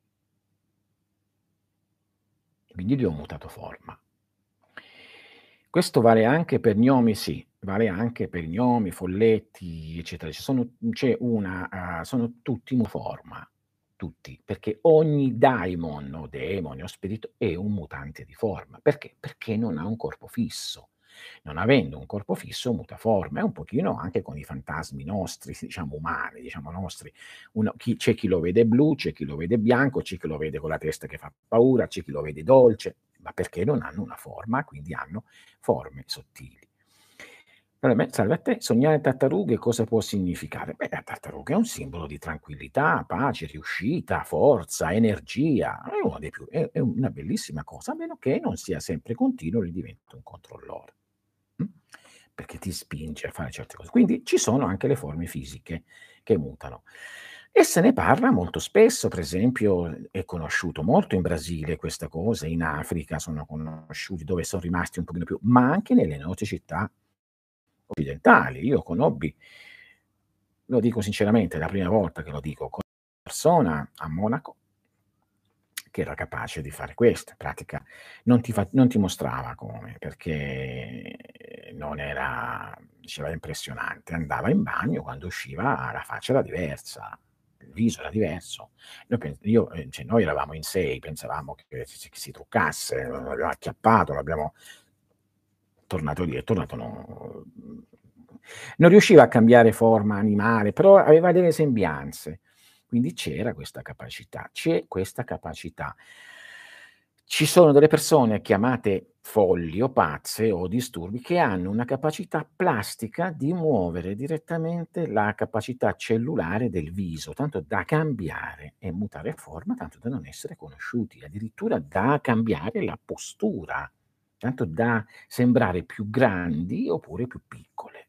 Quindi gli ho mutato forma. Questo vale anche per gnomi, sì, vale anche per gnomi, folletti, eccetera. C'è una sono tutti forma, tutti, perché ogni daimon o demone o spirito è un mutante di forma. Perché? Perché non ha un corpo fisso. Non avendo un corpo fisso muta forma, è un pochino anche con i fantasmi nostri, diciamo umani, diciamo nostri. C'è chi lo vede blu, c'è chi lo vede bianco, c'è chi lo vede con la testa che fa paura, c'è chi lo vede dolce, ma perché non hanno una forma, quindi hanno forme sottili. Allora, salve a te, sognare tartarughe cosa può significare? Beh, la tartaruga è un simbolo di tranquillità, pace, riuscita, forza, energia. È, uno dei più, è una bellissima cosa, a meno che non sia sempre continuo e diventa un controllore. Mm? Perché ti spinge a fare certe cose. Quindi ci sono anche le forme fisiche che mutano. E se ne parla molto spesso, per esempio è conosciuto molto in Brasile questa cosa, in Africa sono conosciuti, dove sono rimasti un pochino più, ma anche nelle nostre città occidentali. Io conobbi, lo dico sinceramente, è la prima volta che lo dico, con una persona a Monaco che era capace di fare questo. In pratica non ti mostrava come, perché non era, diceva: "È impressionante". Andava in bagno, quando usciva la faccia era diversa, il viso era diverso. Cioè noi eravamo in 6, pensavamo che si truccasse, l'abbiamo acchiappato, l'abbiamo tornato lì, è tornato non riusciva a cambiare forma animale, però aveva delle sembianze. Quindi c'è questa capacità. Ci sono delle persone chiamate folli o pazze o disturbi che hanno una capacità plastica di muovere direttamente la capacità cellulare del viso, tanto da cambiare e mutare forma, tanto da non essere conosciuti, addirittura da cambiare la postura, tanto da sembrare più grandi oppure più piccole.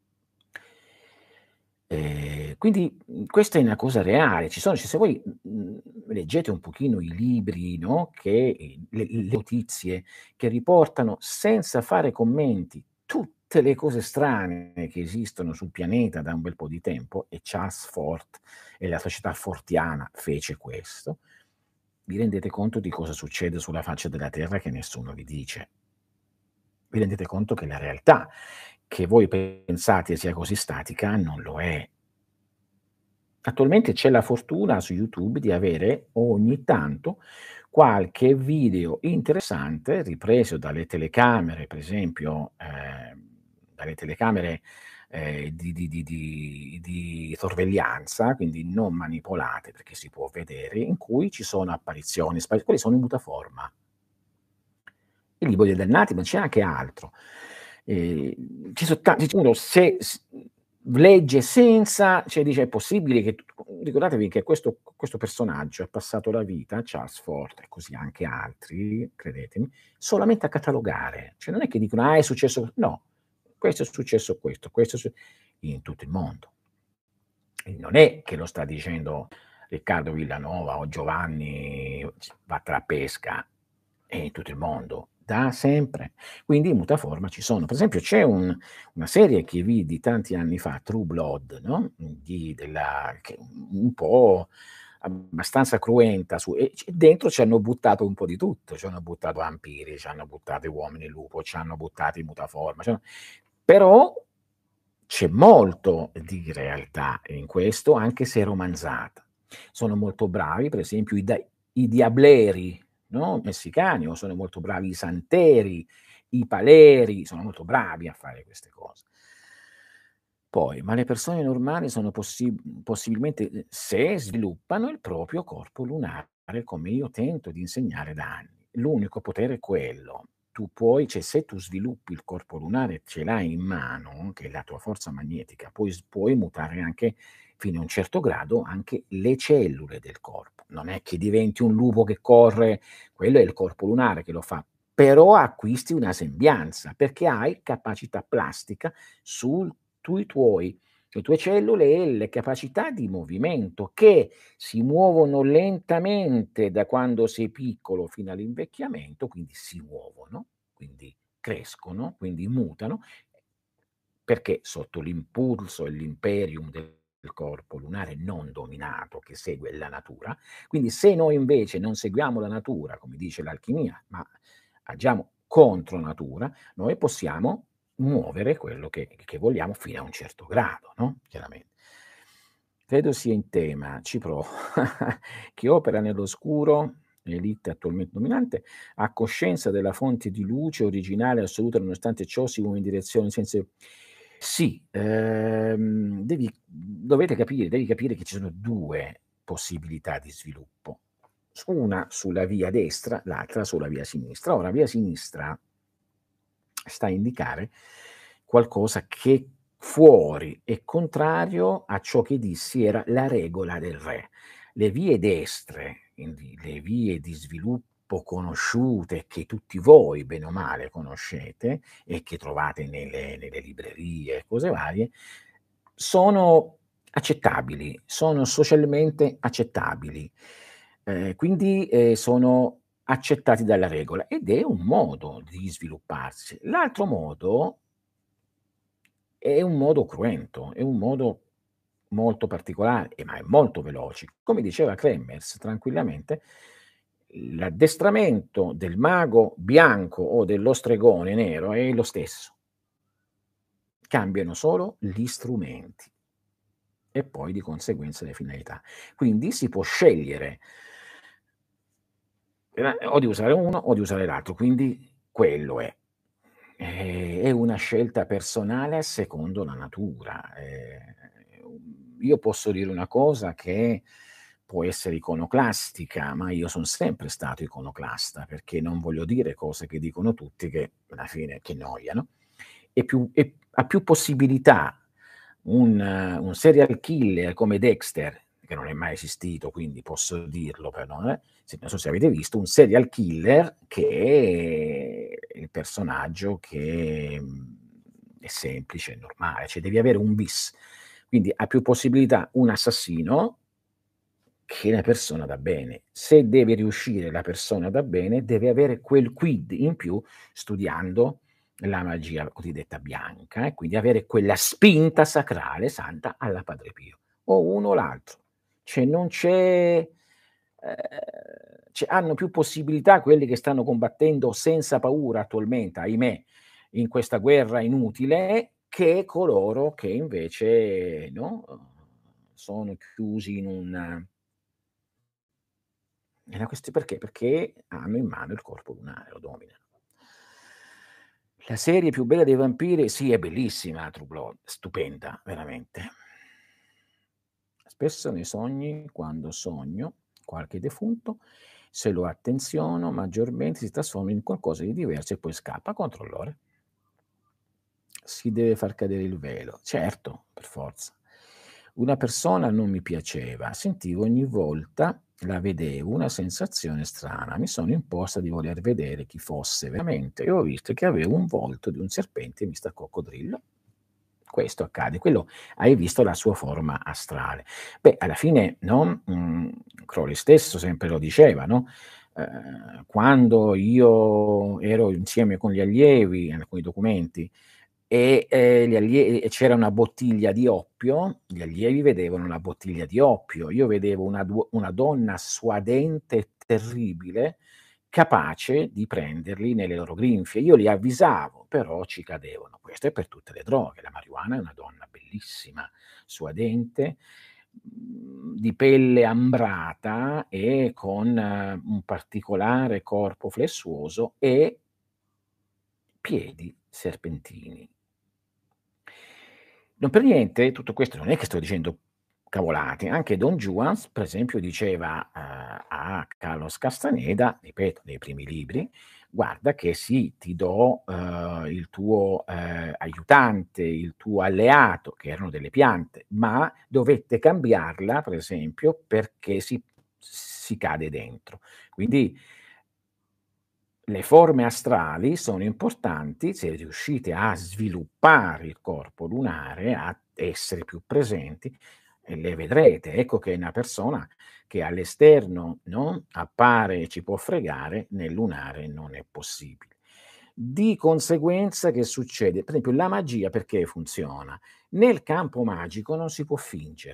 Quindi, questa è una cosa reale. Se voi, leggete un pochino i libri, no, che le notizie che riportano senza fare commenti tutte le cose strane che esistono sul pianeta da un bel po' di tempo, e Charles Fort e la società fortiana fece questo, vi rendete conto di cosa succede sulla faccia della terra che nessuno vi dice. Vi rendete conto che la realtà che voi pensate sia così statica non lo è. Attualmente c'è la fortuna su YouTube di avere ogni tanto qualche video interessante ripreso dalle telecamere, per esempio, dalle telecamere, di sorveglianza, quindi non manipolate, perché si può vedere, in cui ci sono apparizioni, quelli sono in mutaforma. I libri dei dannati, ma c'è anche altro. Ci so ta uno se legge senza, cioè dice: "È possibile che", ricordatevi che questo personaggio ha passato la vita, Charles Fort e così anche altri, credetemi, solamente a catalogare. Cioè non è che dicono: "Ah, è successo", no, questo è successo questo è su in tutto il mondo. E non è che lo sta dicendo Riccardo Villanova o Giovanni Battrapesca, è in tutto il mondo, da sempre. Quindi in mutaforma ci sono. Per esempio c'è una serie che vidi tanti anni fa, True Blood, no, che un po' abbastanza cruenta dentro ci hanno buttato un po' di tutto, ci hanno buttato vampiri, ci hanno buttato uomini lupo, ci hanno buttati in mutaforma, però c'è molto di realtà in questo, anche se romanzata. Sono molto bravi, per esempio, i diableri, no, messicani, o sono molto bravi i santeri, i paleri, sono molto bravi a fare queste cose. Poi, ma le persone normali sono possibilmente, se sviluppano il proprio corpo lunare, come io tento di insegnare da anni. L'unico potere è quello. Tu puoi, cioè se tu sviluppi il corpo lunare, ce l'hai in mano, che è la tua forza magnetica, puoi mutare anche, fino a un certo grado, anche le cellule del corpo. Non è che diventi un lupo che corre, quello è il corpo lunare che lo fa, però acquisti una sembianza, perché hai capacità plastica sul tui tuoi le tue cellule e le capacità di movimento che si muovono lentamente da quando sei piccolo fino all'invecchiamento, quindi si muovono, quindi crescono, quindi mutano, perché sotto l'impulso e l'imperium del corpo lunare non dominato che segue la natura. Quindi se noi invece non seguiamo la natura, come dice l'alchimia, ma agiamo contro natura, noi possiamo muovere quello che vogliamo fino a un certo grado, no, chiaramente. Credo sia in tema, ci provo, chi opera nell'oscuro, elite attualmente dominante, ha coscienza della fonte di luce originale assoluta, nonostante ciò si muove in direzioni senza sì, devi capire che ci sono 2 possibilità di sviluppo. Una sulla via destra, l'altra sulla via sinistra. Ora, via sinistra sta a indicare qualcosa che fuori è contrario a ciò che dissi era la regola del re. Le vie destre, quindi le vie di sviluppo conosciute, che tutti voi bene o male conoscete e che trovate nelle librerie e cose varie, sono accettabili, sono socialmente accettabili, quindi, sono accettati dalla regola ed è un modo di svilupparsi. L'altro modo è un modo cruento, è un modo molto particolare, ma è molto veloce. Come diceva Kremers tranquillamente, l'addestramento del mago bianco o dello stregone nero è lo stesso, cambiano solo gli strumenti e poi di conseguenza le finalità. Quindi si può scegliere o di usare uno o di usare l'altro, quindi quello è. È una scelta personale secondo la natura. Io posso dire una cosa che può essere iconoclastica, ma io son sempre stato iconoclasta, perché non voglio dire cose che dicono tutti che alla fine che noia, no, ha più possibilità un serial killer come Dexter, che non è mai esistito, quindi posso dirlo però, non so se avete visto, un serial killer che è il personaggio che, è semplice, è normale, cioè devi avere un bis. Quindi ha più possibilità un assassino che una persona da bene. Se deve riuscire la persona da bene, deve avere quel quid in più studiando la magia cosiddetta bianca e quindi avere quella spinta sacrale santa alla Padre Pio. O uno o l'altro. Cioè non c'è cioè hanno più possibilità quelli che stanno combattendo senza paura attualmente, ahimè, in questa guerra inutile, che coloro che invece, no, sono chiusi in un è una questi perché? Perché hanno in mano il corpo lunare, lo dominano. La serie più bella dei vampiri sì, è bellissima True Blood, stupenda, veramente. Spesso nei sogni, quando sogno qualche defunto, se lo attenziono maggiormente si trasforma in qualcosa di diverso e poi scappa. Controllore. Si deve far cadere il velo. Certo, per forza. Una persona non mi piaceva, sentivo ogni volta la vedevo una sensazione strana. Mi sono imposta di voler vedere chi fosse veramente e ho visto che aveva un volto di un serpente e mi sta coccodrillo. Questo accade. Quello hai visto la sua forma astrale. Beh, alla fine, no, Crowley stesso sempre lo diceva, no, quando io ero insieme con gli allievi, in alcuni documenti, e c'era una bottiglia di oppio, gli allievi vedevano la bottiglia di oppio, io vedevo una donna suadente e terribile, capace di prenderli nelle loro grinfie. Io li avvisavo, però ci cadevano. Questo è per tutte le droghe. La marijuana è una donna bellissima, suadente, di pelle ambrata e con un particolare corpo flessuoso e piedi serpentini. Non per niente, tutto questo non è che sto dicendo cavolate, anche Don Juan, per esempio, diceva, a Carlos Castaneda, ripeto, nei primi libri: "Guarda che sì, ti do, il tuo, aiutante, il tuo alleato", che erano delle piante, ma dovette cambiarla, per esempio, perché si cade dentro. Quindi le forme astrali sono importanti se riuscite a sviluppare il corpo lunare, a essere più presenti e le vedrete. Ecco che una persona che all'esterno, no, appare e ci può fregare, nel lunare non è possibile. Di conseguenza che succede? Per esempio la magia perché funziona? Nel campo magico non si può fingere.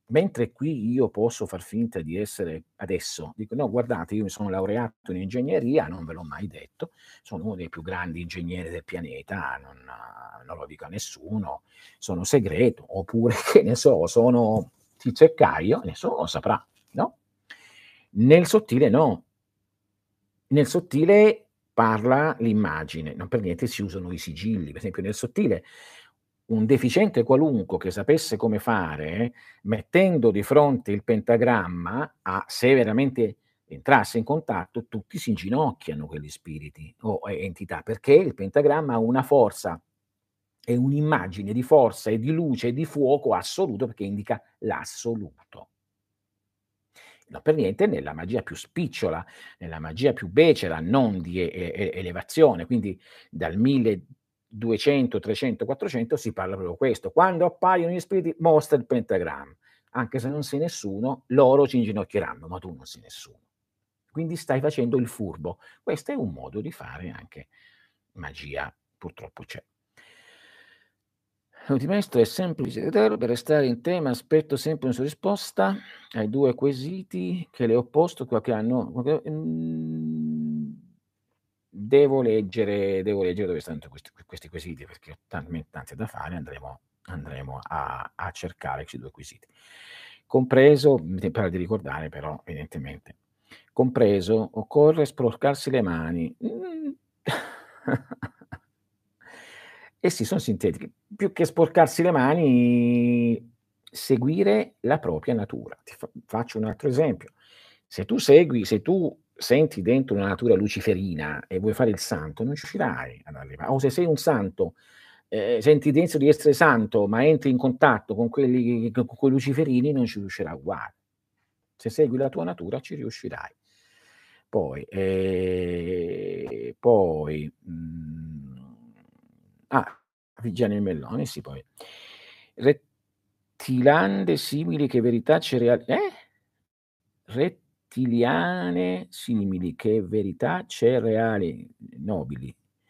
Mentre qui io posso far finta di essere adesso dico: "No guardate io mi sono laureato in ingegneria, non ve l'ho mai detto, sono uno dei più grandi ingegneri del pianeta, non lo dico a nessuno, sono segreto", oppure che ne so, sono Tizio e Caio, nessuno lo saprà, no? Nel sottile no. Nel sottile parla l'immagine, non per niente si usano i sigilli. Per esempio nel sottile un deficiente qualunque che sapesse come fare, mettendo di fronte il pentagramma, se veramente entrasse in contatto, tutti si inginocchiano quegli spiriti o entità, perché il pentagramma ha una forza e un'immagine di forza e di luce e di fuoco assoluto, perché indica l'assoluto. Non per niente nella magia più spicciola, nella magia più becera, non di elevazione, quindi dal 1200, 300, 400 si parla proprio questo. Quando appaiono gli spiriti mostra il pentagramma, anche se non sei nessuno, loro si inginocchieranno, ma tu non sei nessuno. Quindi stai facendo il furbo. Questo è un modo di fare anche magia, purtroppo c'è. Maestro è semplice per restare in tema aspetto sempre una sua risposta ai 2 quesiti che le ho posto qualche anno devo leggere dove stanno questi quesiti, perché ho talmente tanti da fare, andremo a cercare questi 2 quesiti. Compreso mi pare di ricordare però evidentemente, compreso occorre sporcarsi le mani. Eh sì, son sintetiche. Più che sporcarsi le mani, seguire la propria natura. Ti faccio un altro esempio: se tu senti dentro una natura luciferina e vuoi fare il santo, non riuscirai ad o se sei un santo, senti dentro di essere santo, ma entri in contatto con quelli con quei luciferini, non ci riuscirai uguale. Se segui la tua natura ci riuscirai. Ah, Viggiani e Melloni, sì poi. Rettilande simili che verità cereali rettiliane simili che verità cereali nobili.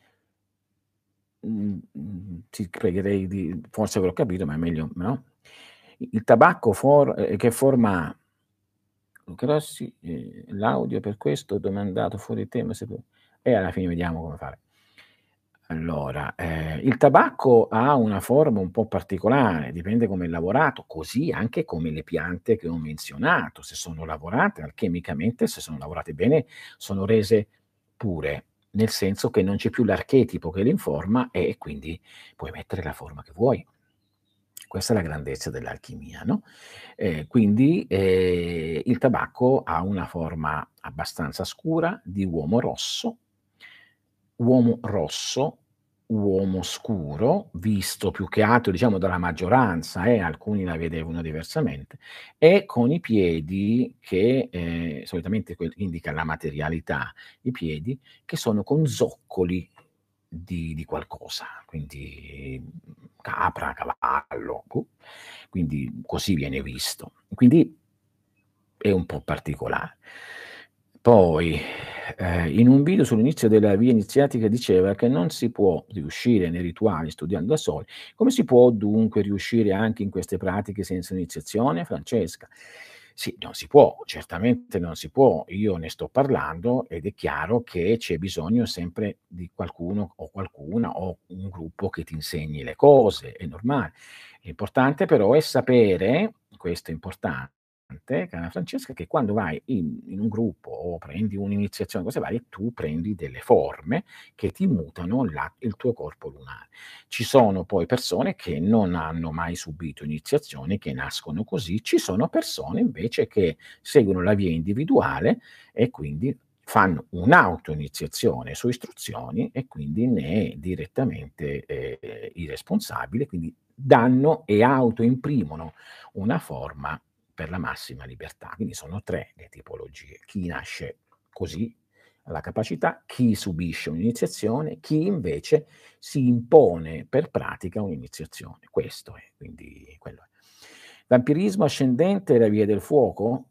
Ti pregherei di forse avrò capito, ma è meglio no? Il tabacco che forma ha? Luca Rossi, l'audio per questo domandato fuori tema se pu e alla fine vediamo come fare. Allora, il tabacco ha una forma un po' particolare, dipende come è lavorato, così anche come le piante che ho menzionato, se sono lavorate alchemicamente, se sono lavorate bene, sono rese pure, nel senso che non c'è più l'archetipo che le informa e quindi puoi mettere la forma che vuoi. Questa è la grandezza dell'alchimia, no, quindi, il tabacco ha una forma abbastanza scura di uomo rosso, uomo scuro, visto più che altro diciamo dalla maggioranza, alcuni la vedevano diversamente, e con i piedi che, solitamente indica la materialità, i piedi che sono con zoccoli di qualcosa, quindi, capra, cavallo, quindi così viene visto. Quindi è un po' particolare. Poi, in un video sull'inizio della via iniziatica diceva che non si può riuscire nei rituali studiando da soli. Come si può dunque riuscire anche in queste pratiche senza iniziazione, Francesca? Sì, non si può, certamente non si può. Io ne sto parlando ed è chiaro che c'è bisogno sempre di qualcuno o qualcuna o un gruppo che ti insegni le cose, è normale. L'importante però è sapere, questo è importante, cara Francesca, che quando vai in un gruppo o prendi un'iniziazione, cose varie, tu prendi delle forme che ti mutano il tuo corpo lunare. Ci sono poi persone che non hanno mai subito iniziazioni, che nascono così, ci sono persone invece che seguono la via individuale e quindi fanno un'auto-iniziazione su istruzioni e quindi ne è direttamente, il responsabile, quindi danno e autoimprimono una forma per la massima libertà. Quindi sono 3 le tipologie: chi nasce così, ha la capacità, chi subisce un'iniziazione, chi invece si impone per pratica un'iniziazione. Questo è, quindi quello è. Vampirismo ascendente e la via del fuoco?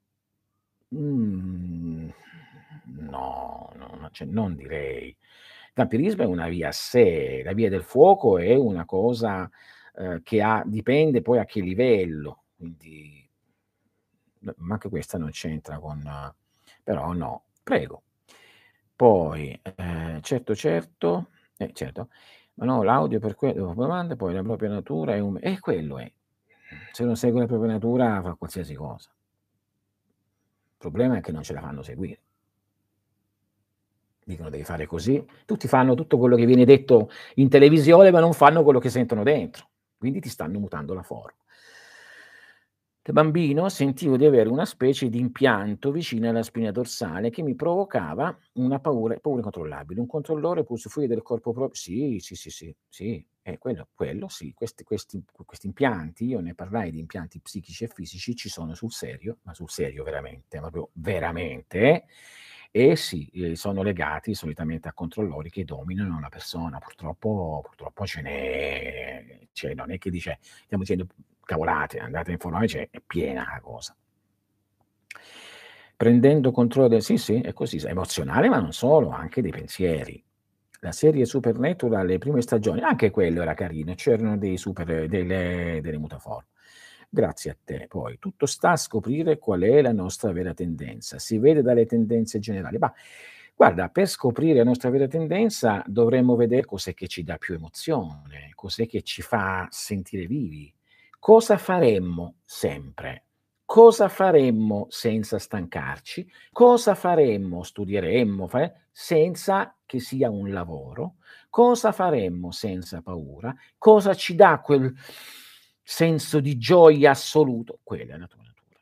Mhmm, no, cioè non direi. Vampirismo è una via a sé, la via del fuoco è una cosa, che dipende poi a che livello. quindi ma anche questa non c'entra con però no, prego. Poi, certo, certo, certo, ma no, l'audio per domanda, poi la propria natura è quello è. Se non segue la propria natura fa qualsiasi cosa. Il problema è che non ce la fanno seguire. Dicono: "Devi fare così", tutti fanno tutto quello che viene detto in televisione, ma non fanno quello che sentono dentro, quindi ti stanno mutando la forma. Da bambino sentivo di avere una specie di impianto vicino alla spina dorsale che mi provocava una paura incontrollabile. Un controllore può usufruire del corpo sì, sì, sì, sì, sì, quello sì. Questi impianti, io ne parlai di impianti psichici e fisici, ci sono sul serio, ma sul serio veramente, ma proprio veramente, e sì, sono legati solitamente a controllori che dominano una persona. Purtroppo cioè non è che dice stiamo dicendo cavolate, andate a informare, è piena la cosa. Prendendo controllo sì, sì, è così, emozionale, ma non solo, anche dei pensieri. La serie Supernatural, le prime stagioni, anche quello era carino, c'erano delle mutaforme. Grazie a te. Poi tutto sta a scoprire qual è la nostra vera tendenza. Si vede dalle tendenze generali. Ma guarda, per scoprire la nostra vera tendenza dovremmo vedere cos'è che ci dà più emozione, cos'è che ci fa sentire vivi. Cosa faremmo sempre? Cosa faremmo senza stancarci? Cosa faremmo, studieremmo, senza che sia un lavoro? Cosa faremmo senza paura? Cosa ci dà quel senso di gioia assoluto? Quella è la tua natura.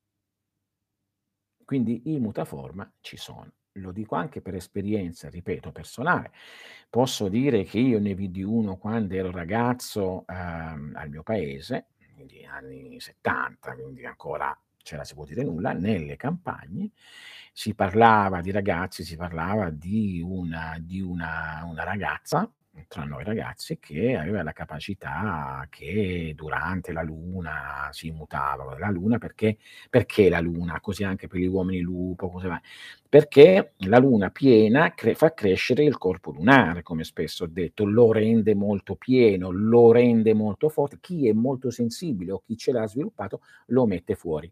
Quindi i mutaforma ci sono. Lo dico anche per esperienza, ripeto, personale. Posso dire che io ne vidi uno quando ero ragazzo, al mio paese, quindi anni '70, quindi ancora c'era si può dire nulla, nelle campagne si parlava di ragazzi, si parlava di una ragazza, tra noi ragazzi, che aveva la capacità che durante la luna si mutava. La luna perché la luna? Così anche per gli uomini lupo, cose va perché la luna piena fa crescere il corpo lunare, come spesso ho detto, lo rende molto pieno, lo rende molto forte. Chi è molto sensibile o chi ce l'ha sviluppato lo mette fuori.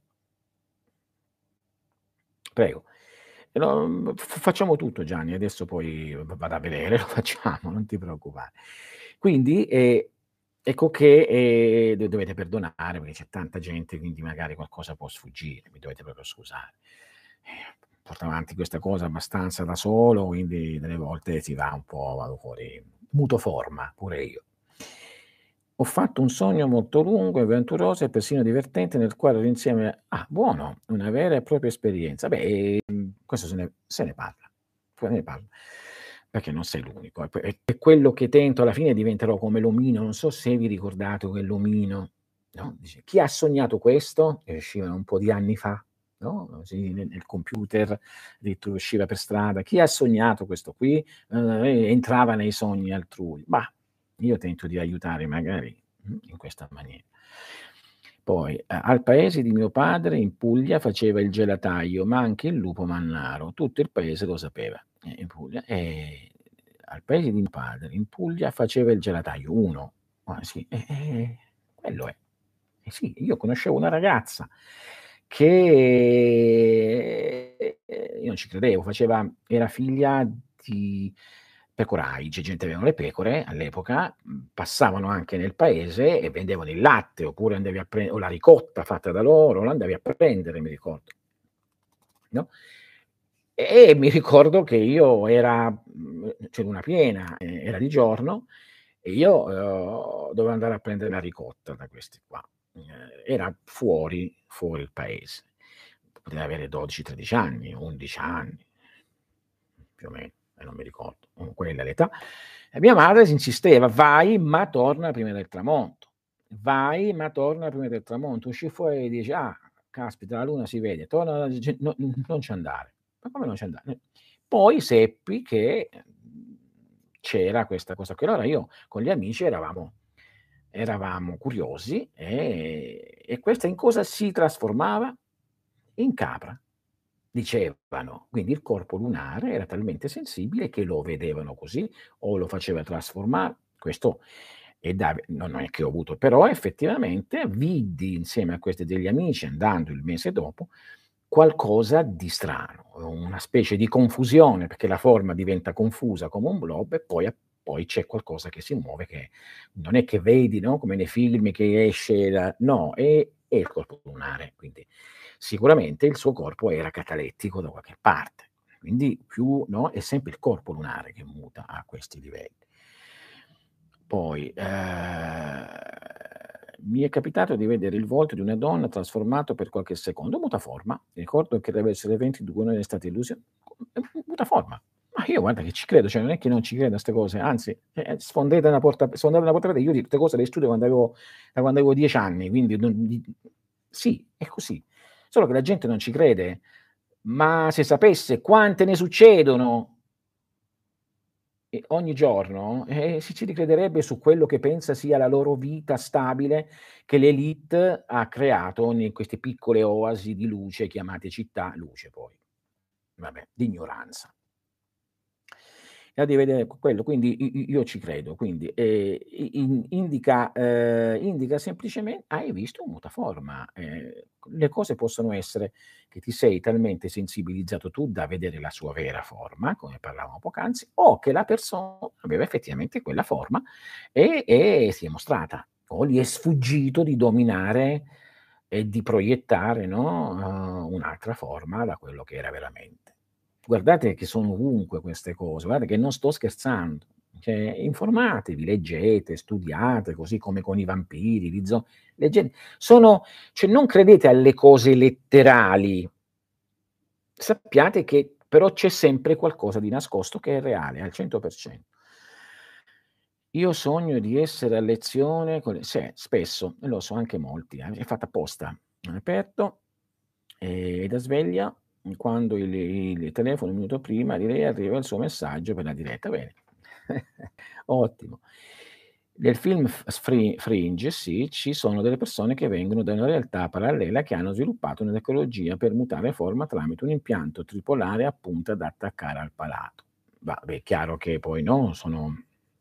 Prego. No, facciamo tutto Gianni, adesso poi vado a vedere, lo facciamo, non ti preoccupare. Quindi, ecco che, dovete perdonare perché c'è tanta gente, quindi magari qualcosa può sfuggire, mi dovete proprio scusare. Porto avanti questa cosa abbastanza da solo, quindi delle volte si va un po' vado fuori muto forma, pure io. Ho fatto un sogno molto lungo e avventuroso e persino divertente nel quale ero insieme buono, una vera e propria esperienza. Beh, questo se ne parla, se ne parla, perché non sei l'unico. E quello che tento alla fine diventerò come l'omino, non so se vi ricordate quell'omino, no, dice: "Chi ha sognato questo?" E uscivano un po' di anni fa, no, così nel computer, addirittura usciva per strada: "Chi ha sognato questo qui?" E entrava nei sogni altrui. Mah, io tento di aiutare magari, in questa maniera. Poi, al paese di mio padre in Puglia faceva il gelataio, ma anche il lupo mannaro, tutto il paese lo sapeva. In Puglia al paese di mio padre in Puglia faceva il gelataio, uno. Ah sì, quello è. Eh sì, io conoscevo una ragazza che, io non ci credevo, era figlia di pecorai, gente avevano le pecore all'epoca, passavano anche nel paese e vendevano il latte, oppure andavi a o la ricotta fatta da loro, la andavi a prendere, mi ricordo, no, e mi ricordo che io c'era luna piena, era di giorno e io, dovevo andare a prendere la ricotta da questi qua. Era fuori il paese. Poteva avere 12, 13 anni, 11 anni, più o meno, non mi ricordo, quella è l'età. E mia madre si insisteva: "Vai, ma torna prima del tramonto. Vai, ma torna prima del tramonto." Uscì fuori e dice: "Ah, caspita, la luna si vede, torna non ci andare." "Ma come non ci andare?" Poi seppi che, c'era questa cosa qui. Allora io con gli amici eravamo curiosi, e questa in cosa si trasformava? In capra. Dicevano, quindi il corpo lunare era talmente sensibile che lo vedevano così o lo faceva trasformare. Questo e non è che ho avuto, però effettivamente vidi insieme a questi degli amici, andando il mese dopo, qualcosa di strano, una specie di confusione, perché la forma diventa confusa come un blob e poi c'è qualcosa che si muove, che non è che vedi, no, come nei film che esce no, è il corpo lunare, quindi sicuramente il suo corpo era catalettico da qualche parte. Quindi più, no, è sempre il corpo lunare che muta a questi livelli. Poi, mi è capitato di vedere il volto di una donna trasformato per qualche secondo, mutaforma. Ricordo che deve essere 22 anni, è stata illusione. Mutaforma. Ma io guarda che ci credo, cioè non è che non ci credo a 'ste cose, anzi, sfondate una porta aperta. Io di tutte cose le studio da quando avevo 10 anni, quindi sì, è così. Solo che la gente non ci crede. Ma se sapesse quante ne succedono ogni giorno, si ci ricrederebbe su quello che pensa sia la loro vita stabile che l'élite ha creato in queste piccole oasi di luce chiamate città, luce poi, vabbè, di ignoranza. E di vedere quello, quindi io ci credo, quindi, i indica semplicemen hai visto un mutaforma, le cose possono essere che ti sei talmente sensibilizzato tu da vedere la sua vera forma, come parlavamo poc'anzi, o che la persona aveva effettivamente quella forma e si è mostrata, o gli è sfuggito di dominare e di proiettare, no, un'altra forma da quello che era veramente. Guardate che sono ovunque queste cose, guardate che non sto scherzando. Cioè, informatevi, leggete, studiate, così come con i vampiri, leggete. Cioè, non credete alle cose letterali. Sappiate che però c'è sempre qualcosa di nascosto che è reale al 100%. Io sogno di essere a lezione con le spesso, e lo so anche molti, è fatta apposta. Aperto, da sveglia, quando il telefono un minuto prima di lei arriva il suo messaggio per la diretta. Bene, ottimo. Nel film Fringe, sì, ci sono delle persone che vengono da una realtà parallela che hanno sviluppato una tecnologia per mutare forma tramite un impianto tripolare a punta da attaccare al palato. Vabbè, è chiaro che poi no, sono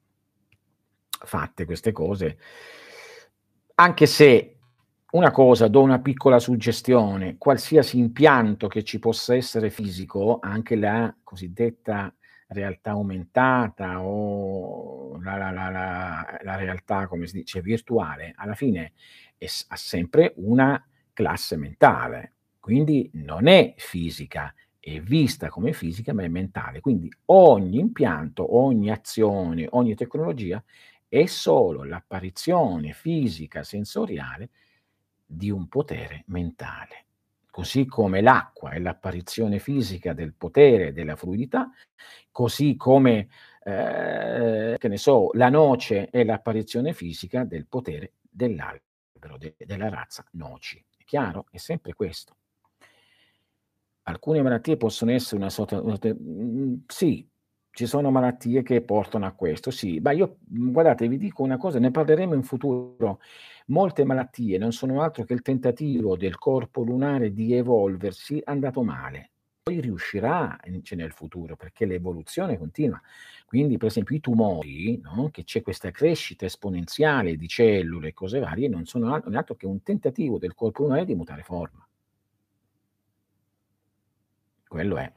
fatte queste cose, anche se una cosa, do una piccola suggestione: qualsiasi impianto che ci possa essere fisico, anche la cosiddetta realtà aumentata o la realtà, come si dice, virtuale, alla fine ha sempre una classe mentale, quindi non è fisica, è vista come fisica, ma è mentale. Quindi ogni impianto, ogni azione, ogni tecnologia è solo l'apparizione fisica sensoriale di un potere mentale. Così come l'acqua è l'apparizione fisica del potere della fluidità, così come, che ne so, la noce è l'apparizione fisica del potere dell'albero, della razza noci. È chiaro? È sempre questo. Alcune malattie possono essere sì, ci sono malattie che portano a questo, sì. Ma io, guardate, vi dico una cosa, ne parleremo in futuro. Molte malattie non sono altro che il tentativo del corpo lunare di evolversi andato male. Poi riuscirà nel futuro, perché l'evoluzione continua. Quindi, per esempio, i tumori, no, che c'è questa crescita esponenziale di cellule e cose varie, non sono altro che un tentativo del corpo lunare di mutare forma. Quello è.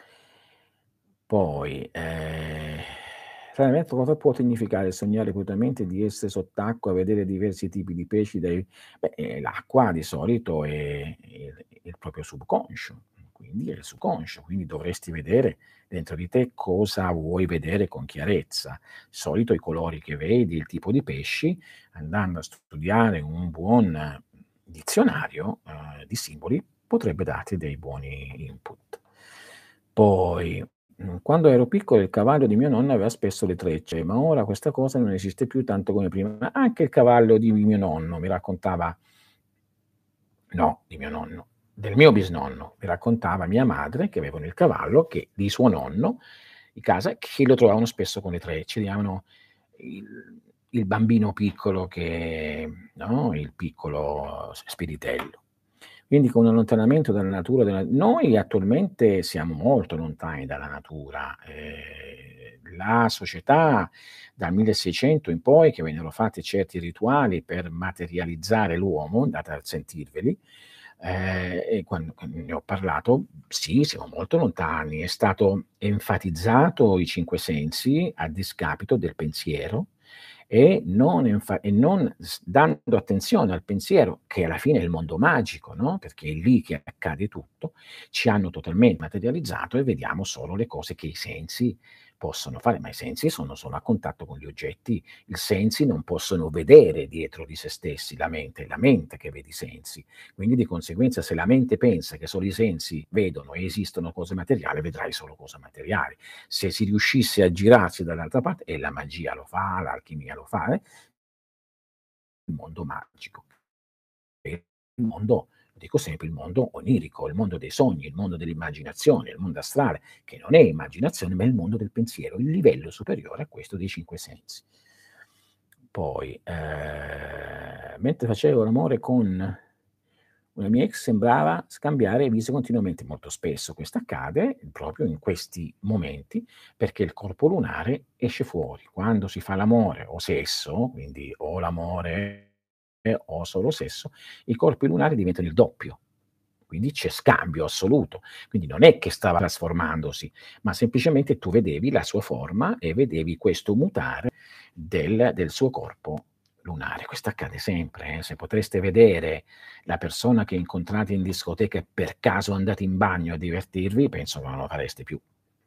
Poi, veramente cosa può significare sognare ripetutamente di essere sott'acqua, vedere diversi tipi di pesci l'acqua di solito è il proprio subconscio, quindi è il subconscio, quindi dovresti vedere dentro di te cosa vuoi vedere con chiarezza. Di solito i colori che vedi, il tipo di pesci, andando a studiare un buon dizionario, di simboli, potrebbe darti dei buoni input. Poi, quando ero piccolo il cavallo di mio nonno aveva spesso le trecce, ma ora questa cosa non esiste più tanto come prima. Anche il cavallo di mio nonno mi raccontava, no, di mio nonno, del mio bisnonno, mi raccontava mia madre che avevano il cavallo che di suo nonno in casa, che lo trovavano spesso con le trecce, chiamavano il bambino piccolo che, no, il piccolo spiritello. Quindi con un allontanamento dalla natura noi attualmente siamo molto lontani dalla natura. La società dal 1600 in poi che vennero fatti certi rituali per materializzare l'uomo, andate a sentirveli, e quando ne ho parlato, sì, siamo molto lontani. È stato enfatizzato i 5 sensi a discapito del pensiero e non dando attenzione al pensiero, che alla fine è il mondo magico, no, perché è lì che accade tutto, ci hanno totalmente materializzato e vediamo solo le cose che i sensi possono fare, ma i sensi sono solo a contatto con gli oggetti, i sensi non possono vedere dietro di se stessi la mente, è la mente che vede i sensi. Quindi di conseguenza se la mente pensa che solo i sensi vedono e esistono cose materiali, vedrai solo cose materiali. Se si riuscisse a girarsi dall'altra parte, e la magia lo fa, l'alchimia lo fa, il mondo magico, il mondo, lo dico sempre, il mondo onirico, il mondo dei sogni, il mondo dell'immaginazione, il mondo astrale, che non è immaginazione, ma è il mondo del pensiero, il livello superiore a questo dei 5 sensi. Poi, mentre facevo l'amore con una mia ex sembrava scambiare visi continuamente. Molto spesso questo accade proprio in questi momenti, perché il corpo lunare esce fuori. Quando si fa l'amore o sesso, quindi o l'amore o solo sesso, i corpi lunari diventano il doppio. Quindi c'è scambio assoluto. Quindi non è che stava trasformandosi, ma semplicemente tu vedevi la sua forma e vedevi questo mutare del suo corpo lunare. Questo accade sempre, se potreste vedere la persona che incontrate in discoteca e per caso andate in bagno a divertirvi, penso che non lo fareste più.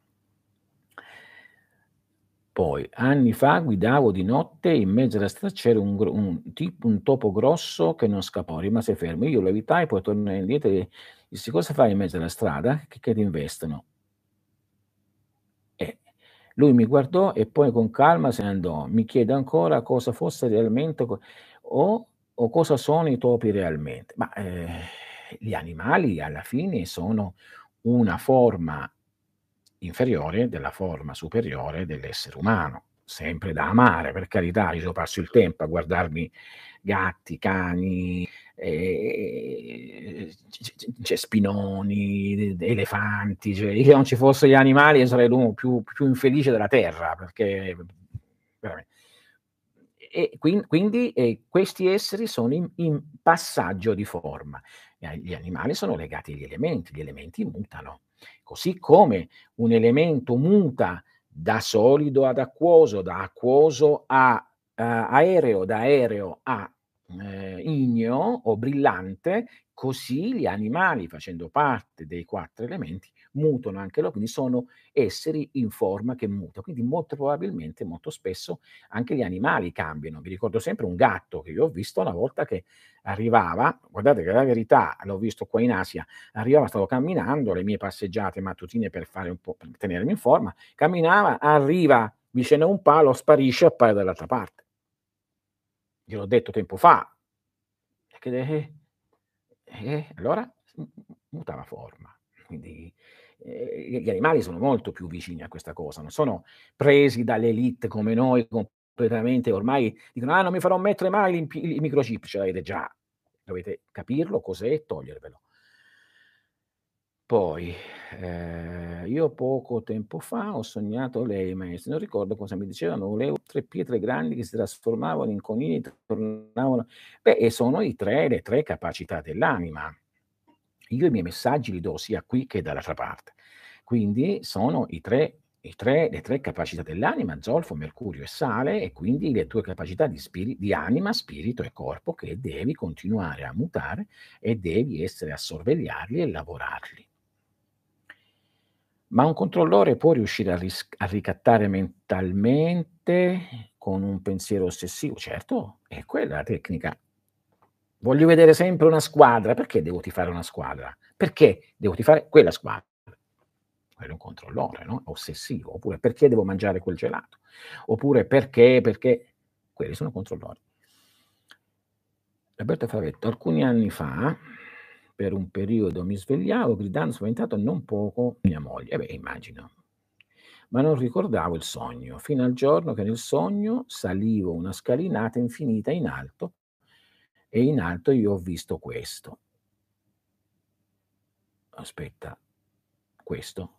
Poi, anni fa guidavo di notte, in mezzo alla strada c'era un topo grosso che non scappò, rimase fermo. Io lo evitai, poi tornai indietro e dissi: "Cosa fai in mezzo alla strada? Che ti investono?" Eh, lui mi guardò e poi con calma se ne andò. Mi chiede ancora cosa fosse realmente o cosa sono i topi realmente. Ma, gli animali alla fine sono una forma inferiore della forma superiore dell'essere umano, sempre da amare, per carità. Io passo il tempo a guardarmi gatti, cani, cespinoni, elefanti, cioè io non ci fosse gli animali io sarei l'uomo più infelice della terra, perché veramen e quindi, questi esseri sono in passaggio di forma. Gli animali sono legati agli elementi, gli elementi mutano. Così come un elemento muta da solido ad acquoso, da acquoso a aereo, da aereo a, igneo o brillante, così gli animali, facendo parte dei 4 elementi, mutano anche loro, quindi sono esseri in forma che muta. Quindi molto probabilmente, molto spesso, anche gli animali cambiano. Mi ricordo sempre un gatto che io ho visto una volta che arrivava, guardate che la verità, l'ho visto qua in Asia, arrivava, stavo camminando, le mie passeggiate mattutine per fare un po' per tenermi in forma, camminava, arriva vicino a un palo, sparisce e appare dall'altra parte. Gliel'ho detto tempo fa, che allora mutava forma. Quindi, gli animali sono molto più vicini a questa cosa, non sono presi dall'élite come noi completamente ormai dicono: "Ah, non mi farò mettere mai il microchip", ce l'avete già, dovete capirlo cos'è e togliervelo. Poi, io poco tempo fa ho sognato lei, maestro, non ricordo cosa mi dicevano, volevo 3 pietre grandi che si trasformavano in conigli, tornavano e sono le 3 capacità dell'anima. Io i miei messaggi li do sia qui che dall'altra parte. Quindi sono le 3 capacità dell'anima, zolfo, mercurio e sale, e quindi le tue capacità di anima, spirito e corpo che devi continuare a mutare e devi essere a sorvegliarli e lavorarli. Ma un controllore può riuscire a ricattare mentalmente con un pensiero ossessivo? Certo, è quella la tecnica. Voglio vedere sempre una squadra, perché devo tifare una squadra? Perché devo tifare quella squadra? Quello è un controllore, no, ossessivo. Oppure perché devo mangiare quel gelato? Oppure perché quelli sono controllori. Roberto Favetto: "Alcuni anni fa, per un periodo mi svegliavo gridando spaventato non poco mia moglie". Immagino. "Ma non ricordavo il sogno, fino al giorno che nel sogno salivo una scalinata infinita in alto e in alto io ho visto questo". Aspetta, questo?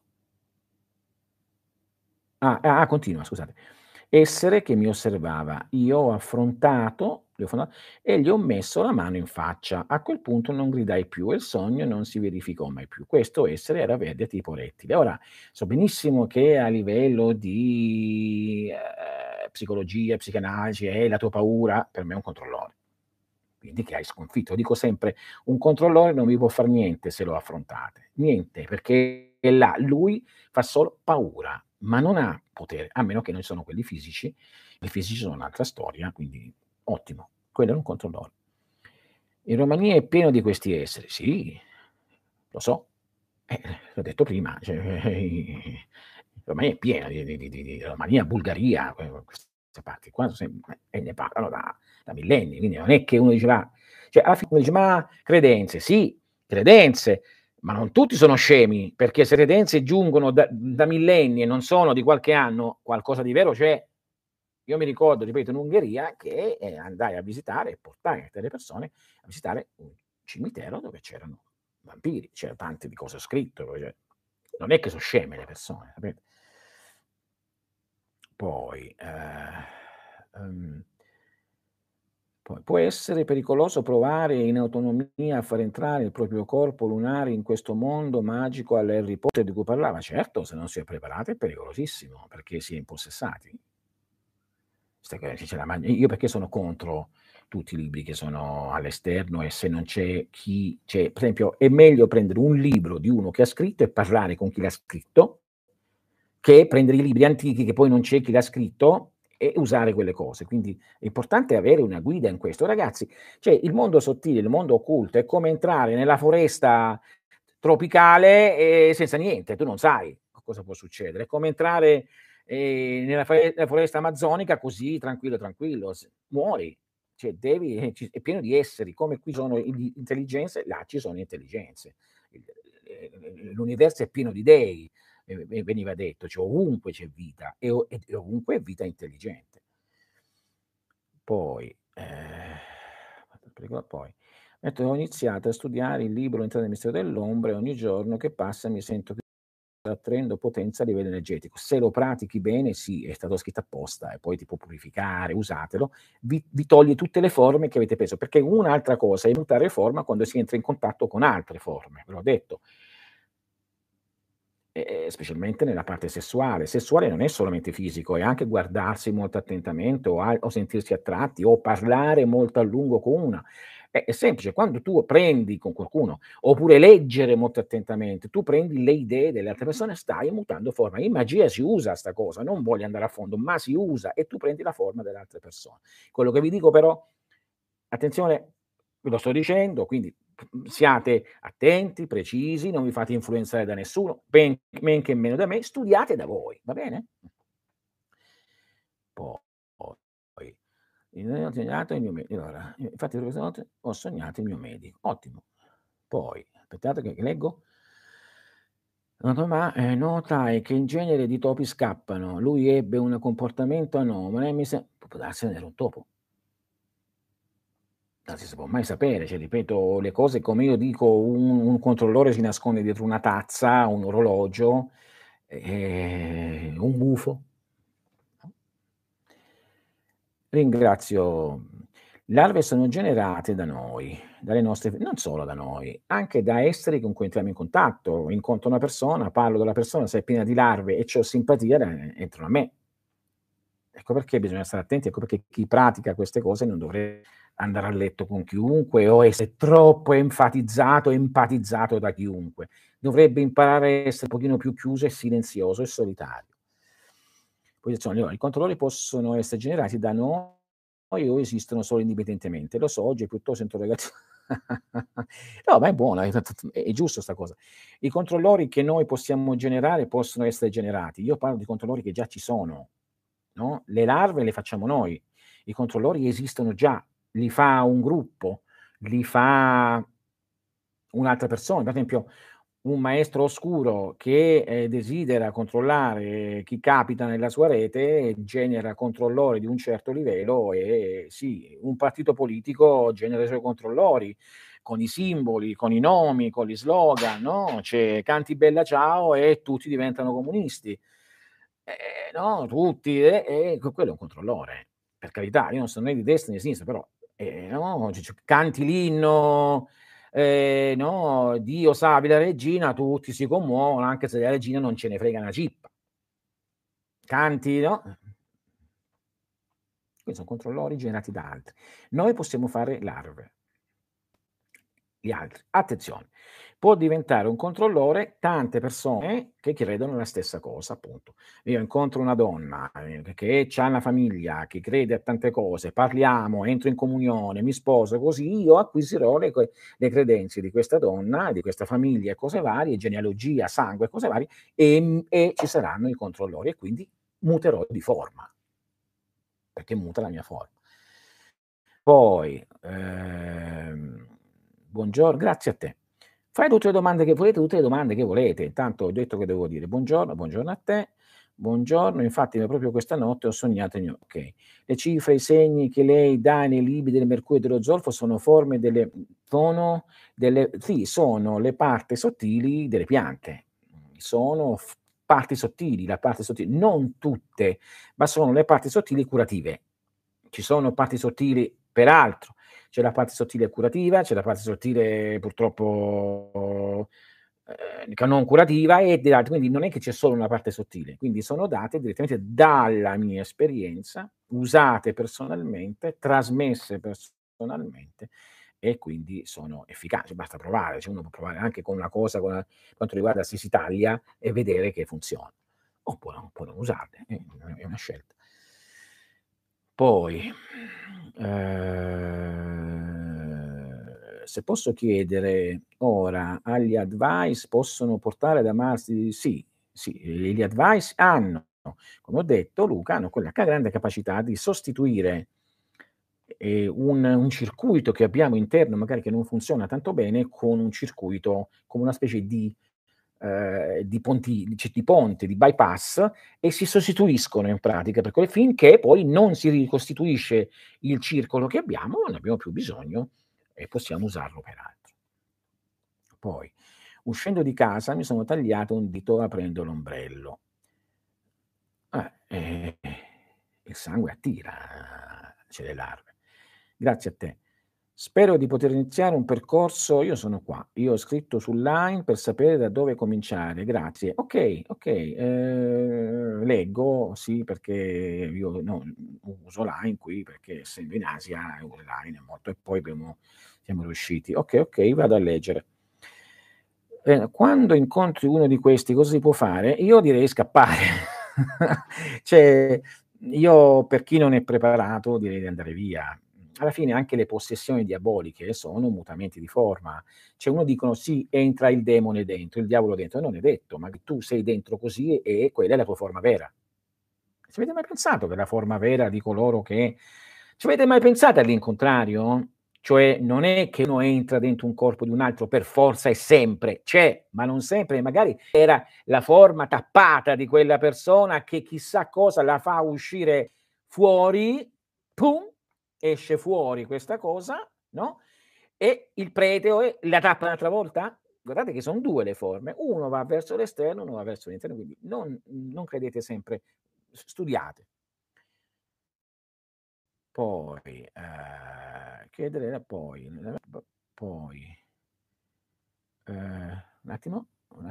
Continua, scusate. Essere che mi osservava. Io ho affrontato gli ho affronta e gli ho messo la mano in faccia. A quel punto non gridai più e il sogno non si verificò mai più. Questo essere era verde tipo rettile. Ora, so benissimo che a livello di, psicologia, psicanalisi, la tua paura per me è un controllore. Quindi che hai sconfitto. Dico sempre: un controllore non vi può far niente se lo affrontate. Niente, perché è là, lui fa solo paura, ma non ha potere, a meno che non sono quelli fisici. I fisici sono un'altra storia, quindi ottimo. Quello è un controllore. In Romania è pieno di questi esseri. Sì, lo so. L'ho detto prima, cioè, in Romania è pieno di Romania, Bulgaria, queste parti qua e ne parlano da millenni, quindi non è che uno dice: "Ma", cioè alla fine uno dice: "Ma credenze", sì, credenze, ma non tutti sono scemi, perché se credenze giungono da millenni e non sono di qualche anno, qualcosa di vero c'è. Io mi ricordo, ripeto, in Ungheria che, andai a visitare e portai delle persone a visitare un cimitero dove c'erano vampiri, c'era tante di cose scritto, cioè non è che so sceme le persone, sapete? Poi, uhm, poi può essere pericoloso provare in autonomia a far entrare il proprio corpo lunare in questo mondo magico alla Harry Potter di cui parlava. Certo, se non si è preparati è pericolosissimo, perché si è impossessati. Sai che ci c'è la mag io perché sono contro tutti i libri che sono all'esterno e se non c'è chi cioè, per esempio, è meglio prendere un libro di uno che ha scritto e parlare con chi l'ha scritto, che prendere i libri antichi che poi non c'è chi l'ha scritto e usare quelle cose. Quindi è importante avere una guida in questo. Ragazzi, cioè il mondo sottile, il mondo occulto è come entrare nella foresta tropicale, senza niente, tu non sai cosa può succedere. È come entrare, nella foresta amazzonica così tranquillo, tranquillo, muori. Cioè devi è pieno di esseri, come qui sono i intelligenze, là ci sono intelligenze. L'universo è pieno di dei, veniva detto, cioè ovunque c'è vita e ovunque è vita intelligente. Poi, poi ho iniziato a studiare il libro Entrare nel mistero dell'ombra e ogni giorno che passa mi sento che sto attraendo potenza a livello energetico. Se lo pratichi bene, sì, è stato scritto apposta e poi ti può purificare, usatelo, vi toglie tutte le forme che avete preso, perché un'altra cosa è mutare forma quando si entra in contatto con altre forme, ve l'ho detto. Specialmente nella parte sessuale. Sessuale non è solamente fisico, è anche guardarsi molto attentamente o sentirsi attratti o parlare molto a lungo con una. È semplice, quando tu prendi con qualcuno, oppure leggere molto attentamente, tu prendi le idee delle altre persone, stai mutando forma. In magia si usa 'sta cosa, non voglio andare a fondo, ma si usa e tu prendi la forma delle altre persone. Quello che vi dico però, attenzione, ve lo sto dicendo, quindi siate attenti, precisi, non vi fate influenzare da nessuno, men che meno da me, studiate da voi, va bene? Poi ho sognato il mio allora, infatti questa notte ho sognato il mio medico, ottimo. Poi, aspettate che leggo. Notai che in genere di topi scappano. Lui ebbe un comportamento anomalo e mi se può darsi era un topo. Non si può mai sapere, cioè ripeto le cose come io dico, un controllore si nasconde dietro una tazza, un orologio, un gufo. Ringrazio. Larve sono generate da noi, dalle nostre non solo da noi, anche da esseri con cui entriamo in contatto. Incontro una persona, parlo della persona, se è piena di larve e c'ho simpatia, entrano a me. Ecco perché bisogna stare attenti, ecco perché chi pratica queste cose non dovrebbe andare a letto con chiunque o essere troppo enfatizzato, empatizzato da chiunque. Dovrebbe imparare a essere un pochino più chiuso e silenzioso e solitario. Posizione allora, i controllori possono essere generati da noi o esistono solo indipendentemente? Lo so, oggi è piuttosto interrogativo. No, ma è buona, è giusto 'sta cosa. I controllori che noi possiamo generare possono essere generati. Io parlo di controllori che già ci sono, no, le larve le facciamo noi, i controllori esistono già, li fa un gruppo, li fa un'altra persona. Per esempio un maestro oscuro che, desidera controllare chi capita nella sua rete, genera controllori di un certo livello e sì, un partito politico genera i suoi controllori, con i simboli, con i nomi, con gli slogan, no, c'è "Canti Bella ciao" e tutti diventano comunisti. No, tutti, quello è un controllore. Per carità, io non sono né di destra né di sinistra, però, no, canti l'inno, no, "Dio salvi la regina", tutti si commuovono, anche se della regina non ce ne frega una cippa. Canti, no, questi son controllori generati da altri. Noi possiamo fare larve. Gli altri. Attenzione, può diventare un controllore tante persone che credono la stessa cosa, appunto. Io incontro una donna, che c'ha una famiglia, che crede a tante cose, parliamo, entro in comunione, mi sposo, così io acquisirò le credenze di questa donna, di questa famiglia e cose varie, genealogia, sangue e cose varie, e ci saranno i controllori e quindi muterò di forma, perché muta la mia forma. Poi, buongior grazie a te. Fai tutte le domande che volete, tutte le domande che volete. Intanto ho detto che devo dire buongiorno, buongiorno a te. Buongiorno, infatti proprio questa notte ho sognato okay. Le cifre, i segni che lei dà nei libri del Mercurio e dello Zolfo sono delle sì, sono le parti sottili delle piante. Sono parti sottili, la parte sottile non tutte, ma sono le parti sottili curative. Ci sono parti sottili peraltro, c'è la parte sottile curativa, c'è la parte sottile purtroppo, che non curativa e delle altre, quindi non è che c'è solo una parte sottile, quindi sono date direttamente dalla mia esperienza, usate personalmente, trasmesse personalmente e quindi sono efficaci. Basta provare, cioè uno può provare anche con una cosa con quanto riguarda Assisi Italia e vedere che funziona. O può non usarle, è una scelta. Poi, se posso chiedere ora, agli advice possono portare ad amarsi sì, sì, gli advice hanno, come ho detto Luca, hanno quella grande capacità di sostituire, un circuito che abbiamo interno, magari che non funziona tanto bene, con un circuito come una specie di di ponte, di bypass e si sostituiscono in pratica per cui finché poi non si ricostituisce il circolo che abbiamo, non ne abbiamo più bisogno e possiamo usarlo per altro. Poi, uscendo di casa mi sono tagliato un dito aprendo l'ombrello. Eh, il sangue attira, c'è le larve. Grazie a te. Spero di poter iniziare un percorso io sono qua, io ho scritto su Line per sapere da dove cominciare, grazie. Okay, leggo, sì, perché io no uso Line qui perché essendo in Asia Line è molto e poi siamo riusciti. Okay, vado a leggere. Quando incontri uno di questi cosa si può fare? Io direi scappare. Cioè, io per chi non è preparato direi di andare via. Alla fine anche le possessioni diaboliche sono mutamenti di forma. Cioè uno dicono: "Sì, entra il demone dentro, il diavolo dentro", e non è detto, magari tu sei dentro così e quella è la tua forma vera. Ci avete mai pensato che la forma vera di coloro che ci avete mai pensato all'incontrario? Cioè, non è che uno entra dentro un corpo di un altro per forza e sempre, c'è, ma non sempre, magari era la forma tappata di quella persona che chissà cosa la fa uscire fuori, pum, esce fuori questa cosa, no, e il prete la tappa un'altra volta? Guardate che son 2 le forme, uno va verso l'esterno, uno va verso l'interno, quindi non credete sempre, studiate. Poi, chiedere poi poi, un attimo,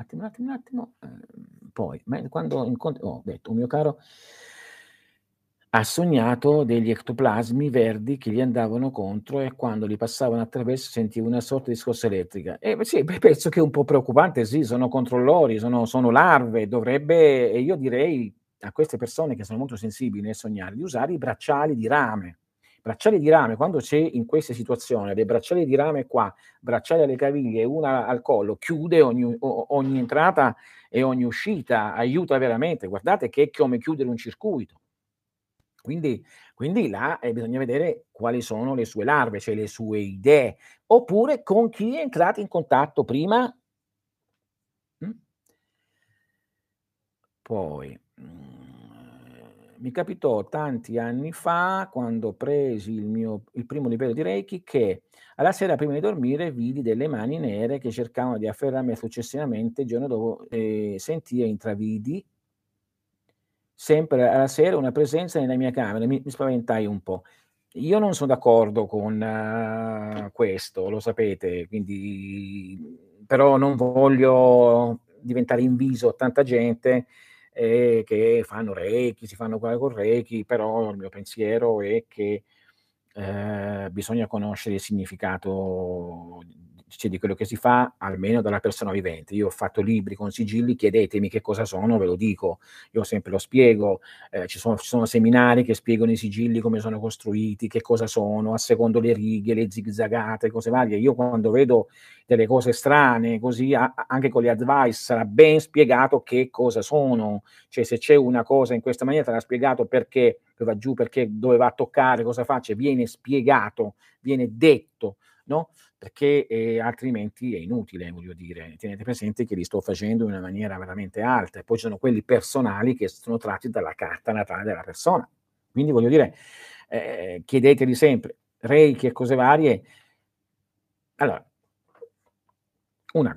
poi me quando ho detto: "Un mio caro ha sognato degli ectoplasmi verdi che gli andavano contro e quando li passavano attraverso sentiva una sorta di scossa elettrica". Sì, beh, penso che è un po' preoccupante, sì, sono controllori, sono larve, dovrebbe e io direi a queste persone che sono molto sensibili nel sognare, di usare i bracciali di rame. Bracciali di rame, quando c'è in queste situazioni dei bracciali di rame qua, bracciali alle caviglie e una al collo, chiude ogni entrata e ogni uscita, aiuta veramente. Guardate che è come chiudere un circuito. Quindi là, bisogna vedere quali sono le sue larve, cioè le sue idee, oppure con chi è entrato in contatto prima Poi, mi capitò tanti anni fa, quando presi il primo livello di Reiki, che alla sera prima di dormire vidi delle mani nere che cercavano di afferrarmi e successivamente il giorno dopo, sentii e intravidi sempre alla sera una presenza nella mia camera, mi spaventai un po'. Io non son d'accordo con questo, lo sapete, quindi però non voglio diventare inviso a tanta gente, che fanno Reiki, si fanno cose col Reiki, però il mio pensiero è che, bisogna conoscere il significato di quello che si fa, almeno dalla persona vivente. Io ho fatto libri con sigilli, chiedetemi che cosa sono, ve lo dico. Io sempre lo spiego, ci sono seminari che spiegano i sigilli, come sono costruiti, che cosa sono, a secondo le righe, le zigzagate, cose varie. Io quando vedo delle cose strane così, anche con le advice sarà ben spiegato che cosa sono. Cioè, se c'è una cosa in questa maniera sarà spiegato perché va giù, perché dove va a toccare, cosa fa, cioè viene spiegato, viene detto, no, perché, altrimenti è inutile, voglio dire. Tenete presente che li sto facendo in una maniera veramente alta, e poi ci sono quelli personali che sono tratti dalla carta natale della persona. Quindi voglio dire, chiedeteli sempre. Reiki e cose varie. Allora, una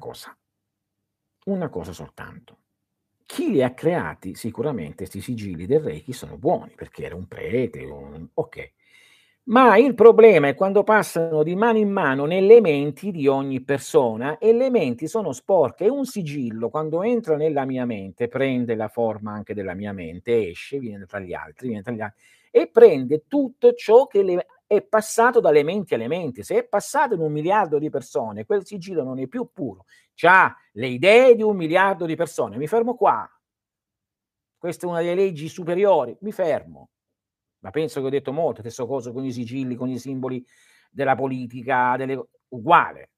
cosa soltanto: chi li ha creati sicuramente 'sti sigilli del Reiki sono buoni, perché era un prete, okay. Ma il problema è quando passano di mano in mano nelle menti di ogni persona, e le menti sono sporche, e un sigillo quando entra nella mia mente, prende la forma anche della mia mente, esce, viene tra gli altri e prende tutto ciò che le è passato dalle menti alle menti. Se è passato in 1.000.000.000 di persone, quel sigillo non è più puro. C'ha le idee di 1.000.000.000 di persone. Mi fermo qua. Questa è una delle leggi superiori. Mi fermo. Ma penso che ho detto molto, stesso coso con i sigilli, con i simboli della politica, uguale.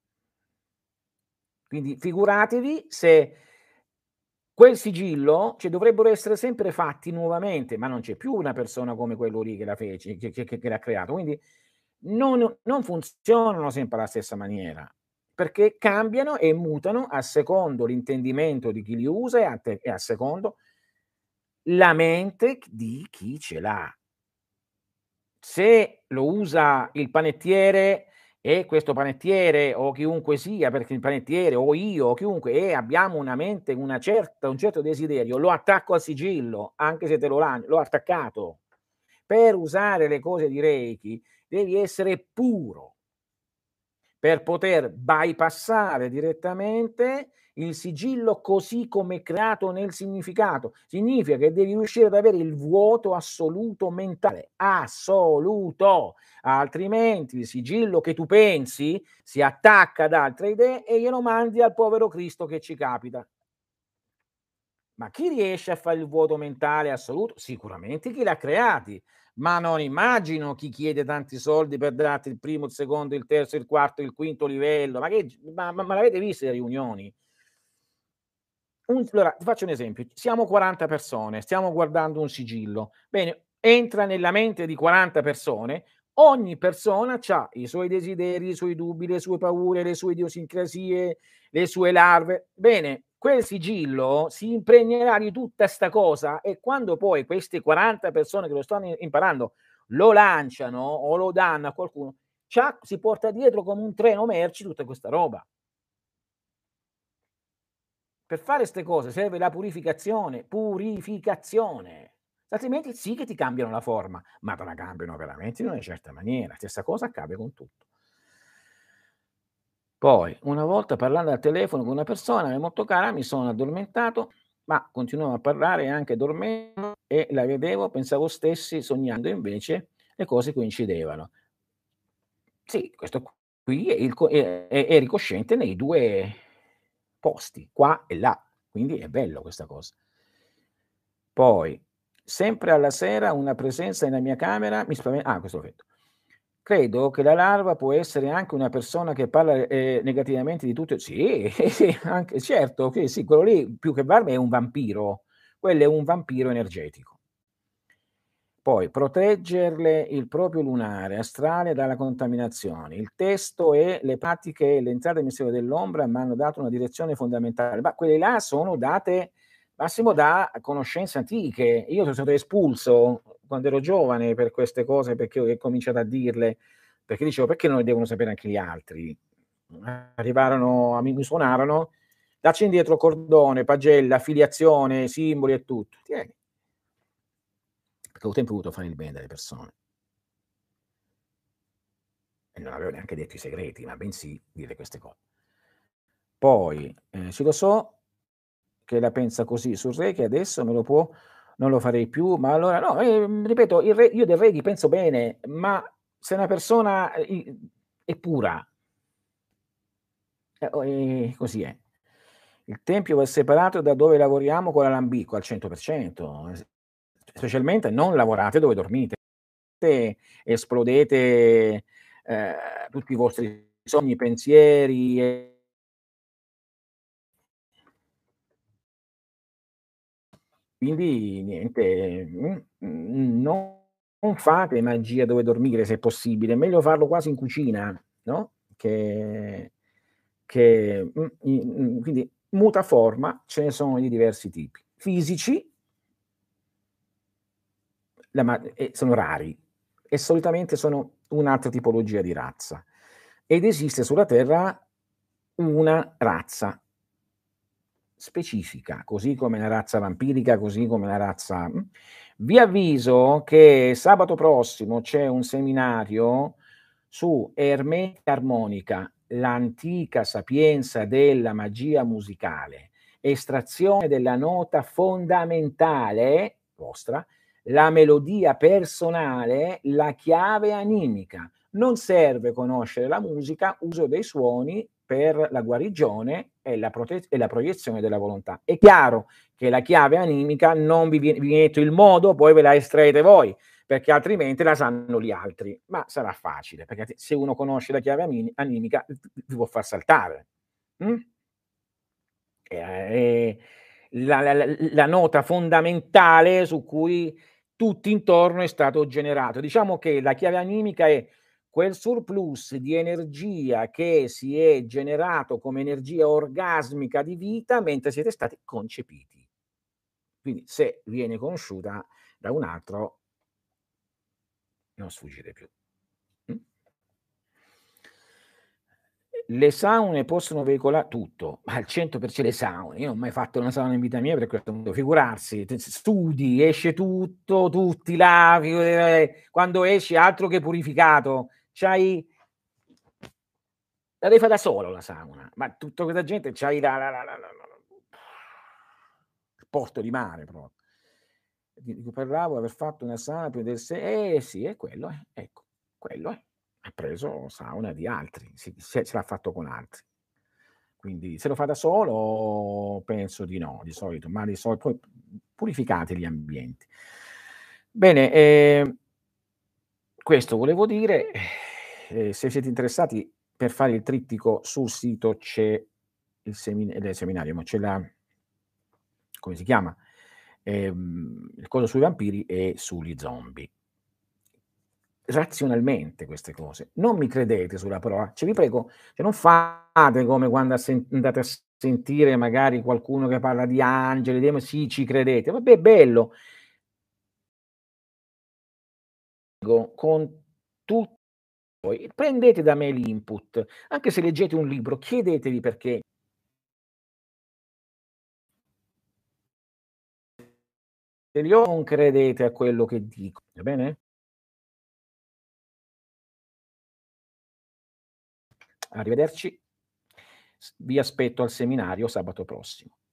Quindi figuratevi se quel sigillo, cioè dovrebbero essere sempre fatti nuovamente, ma non c'è più una persona come quello lì che l'ha fece, che l'ha creato. Quindi non funzionano sempre alla stessa maniera, perché cambiano e mutano a secondo l'intendimento di chi li usa e a secondo la mente di chi ce l'ha. Se lo usa il panettiere, e questo panettiere o chiunque sia, perché il panettiere o io o chiunque, e abbiamo una mente, un certo desiderio, lo attacco al sigillo, anche se te l'ho attaccato. Per usare le cose di Reiki devi essere puro, per poter bypassare direttamente il sigillo così come è creato nel significato. Significa che devi riuscire ad avere il vuoto assoluto mentale, assoluto, altrimenti il sigillo che tu pensi si attacca ad altre idee e glielo mandi al povero Cristo che ci capita. Ma chi riesce a fare il vuoto mentale assoluto? Sicuramente chi l'ha creati, ma non immagino chi chiede tanti soldi per darti il primo, il secondo, il terzo, il quarto, il quinto livello. Ma l'avete viste le riunioni? Allora, ti faccio un esempio: siamo 40 persone, stiamo guardando un sigillo. Bene, entra nella mente di 40 persone, ogni persona c'ha i suoi desideri, i suoi dubbi, le sue paure, le sue idiosincrasie, le sue larve. Bene, quel sigillo si impregnerà di tutta 'sta cosa, e quando poi queste 40 persone che lo stanno imparando lo lanciano o lo danno a qualcuno, si porta dietro come un treno merci tutta questa roba. Per fare 'ste cose serve la purificazione, altrimenti sì che ti cambiano la forma, ma te la cambiano veramente in una certa maniera. Stessa cosa accade con tutto. Poi, una volta parlando al telefono con una persona molto cara, mi sono addormentato, ma continuavo a parlare anche dormendo, e la vedevo, pensavo stessi sognando, invece le cose coincidevano. Sì, questo qui è il co eri cosciente nei 2 posti, qua e là, quindi è bello questa cosa. Poi, sempre alla sera una presenza nella mia camera mi questo l'ho detto. Credo che la larva può essere anche una persona che parla, negativamente di tutto, sì, sì, anche certo, che sì, quello lì più che è un vampiro, quello è un vampiro energetico. Poi proteggerle il proprio lunare astrale dalla contaminazione. Il testo e le pratiche e le entrate del mistero dell'ombra m'hanno dato una direzione fondamentale, ma quelle là sono date massimo da conoscenze antiche. Io sono stato espulso quando ero giovane per queste cose, perché ho cominciato a dirle, perché dicevo: "Perché non le devono sapere anche gli altri?" Arrivarono mi suonarono: "Dacci indietro cordone, pagella, affiliazione, simboli e tutto." "Tieni." Perché ho sempre voluto fare il bene delle persone e non avevo neanche detto i segreti, ma bensì dire queste poi, "Sì, lo so che la pensa così sul Reiki, adesso me lo può non lo farei più, ma allora" no, ripeto, il Re io del Reiki penso bene, ma se una persona, i è pura, così è. Il tempio va separato da dove lavoriamo con l'alambicco al 100%, specialmente non lavorate dove dormite. Esplodete, tutti i vostri sogni, pensieri e quindi niente, non fate magia dove dormire se è possibile, è meglio farlo quasi in cucina, no, quindi muta forma, ce ne sono di diversi tipi. Fisici, sono rari e solitamente sono un'altra tipologia di razza. Ed esiste sulla Terra una razza specifica, così come la razza vampirica, così come la razza Vi avviso che sabato prossimo c'è un seminario su ermetica armonica, l'antica sapienza della magia musicale, estrazione della nota fondamentale vostra, la melodia personale, la chiave animica. Non serve conoscere la musica, uso dei suoni per la guarigione e la proiezione della volontà. È chiaro che la chiave animica non vi metto il modo, poi ve la estraete voi, perché altrimenti la sanno gli altri. Ma sarà facile, perché se uno conosce la chiave animica vi può far saltare. Mm? È la nota fondamentale su cui tutto intorno è stato generato. Diciamo che la chiave animica è quel surplus di energia che si è generato come energia orgasmica di vita mentre siete stati concepiti. Quindi se viene conosciuta da un altro non sfuggite più. Mh. Le saune possono tutto, ma al 100% le saune. Io non ho mai fatto una sauna in vita mia per questo motivo, figurarsi, studi, esce tutto, tutti là, quando esci altro che purificato. La devi fare da solo la sauna, ma tutta questa gente c'hai il porto di mare di cui parlavo, aver fatto una sauna più del sì, è quello ecco, quello è. Ha preso sauna di altri, se l'ha fatto con altri. Quindi se lo fa da solo penso di no, di solito, ma di poi purificate gli ambienti. Bene, questo volevo dire, se siete interessati per fare il trittico sul sito c'è il seminario, ma c'è la come si chiama? Il coso sui vampiri e sugli zombie. Razionalmente queste cose. Non mi credete sulla parola, cioè vi prego, cioè non fate come quando andate a sentire magari qualcuno che parla di angeli, sì, ci credete. Vabbè, bello. Con tu Poi prendete da me l'input, anche se leggete un libro, chiedetevi perché non credete a quello che dico, va bene? Arrivederci. Vi aspetto al seminario sabato prossimo.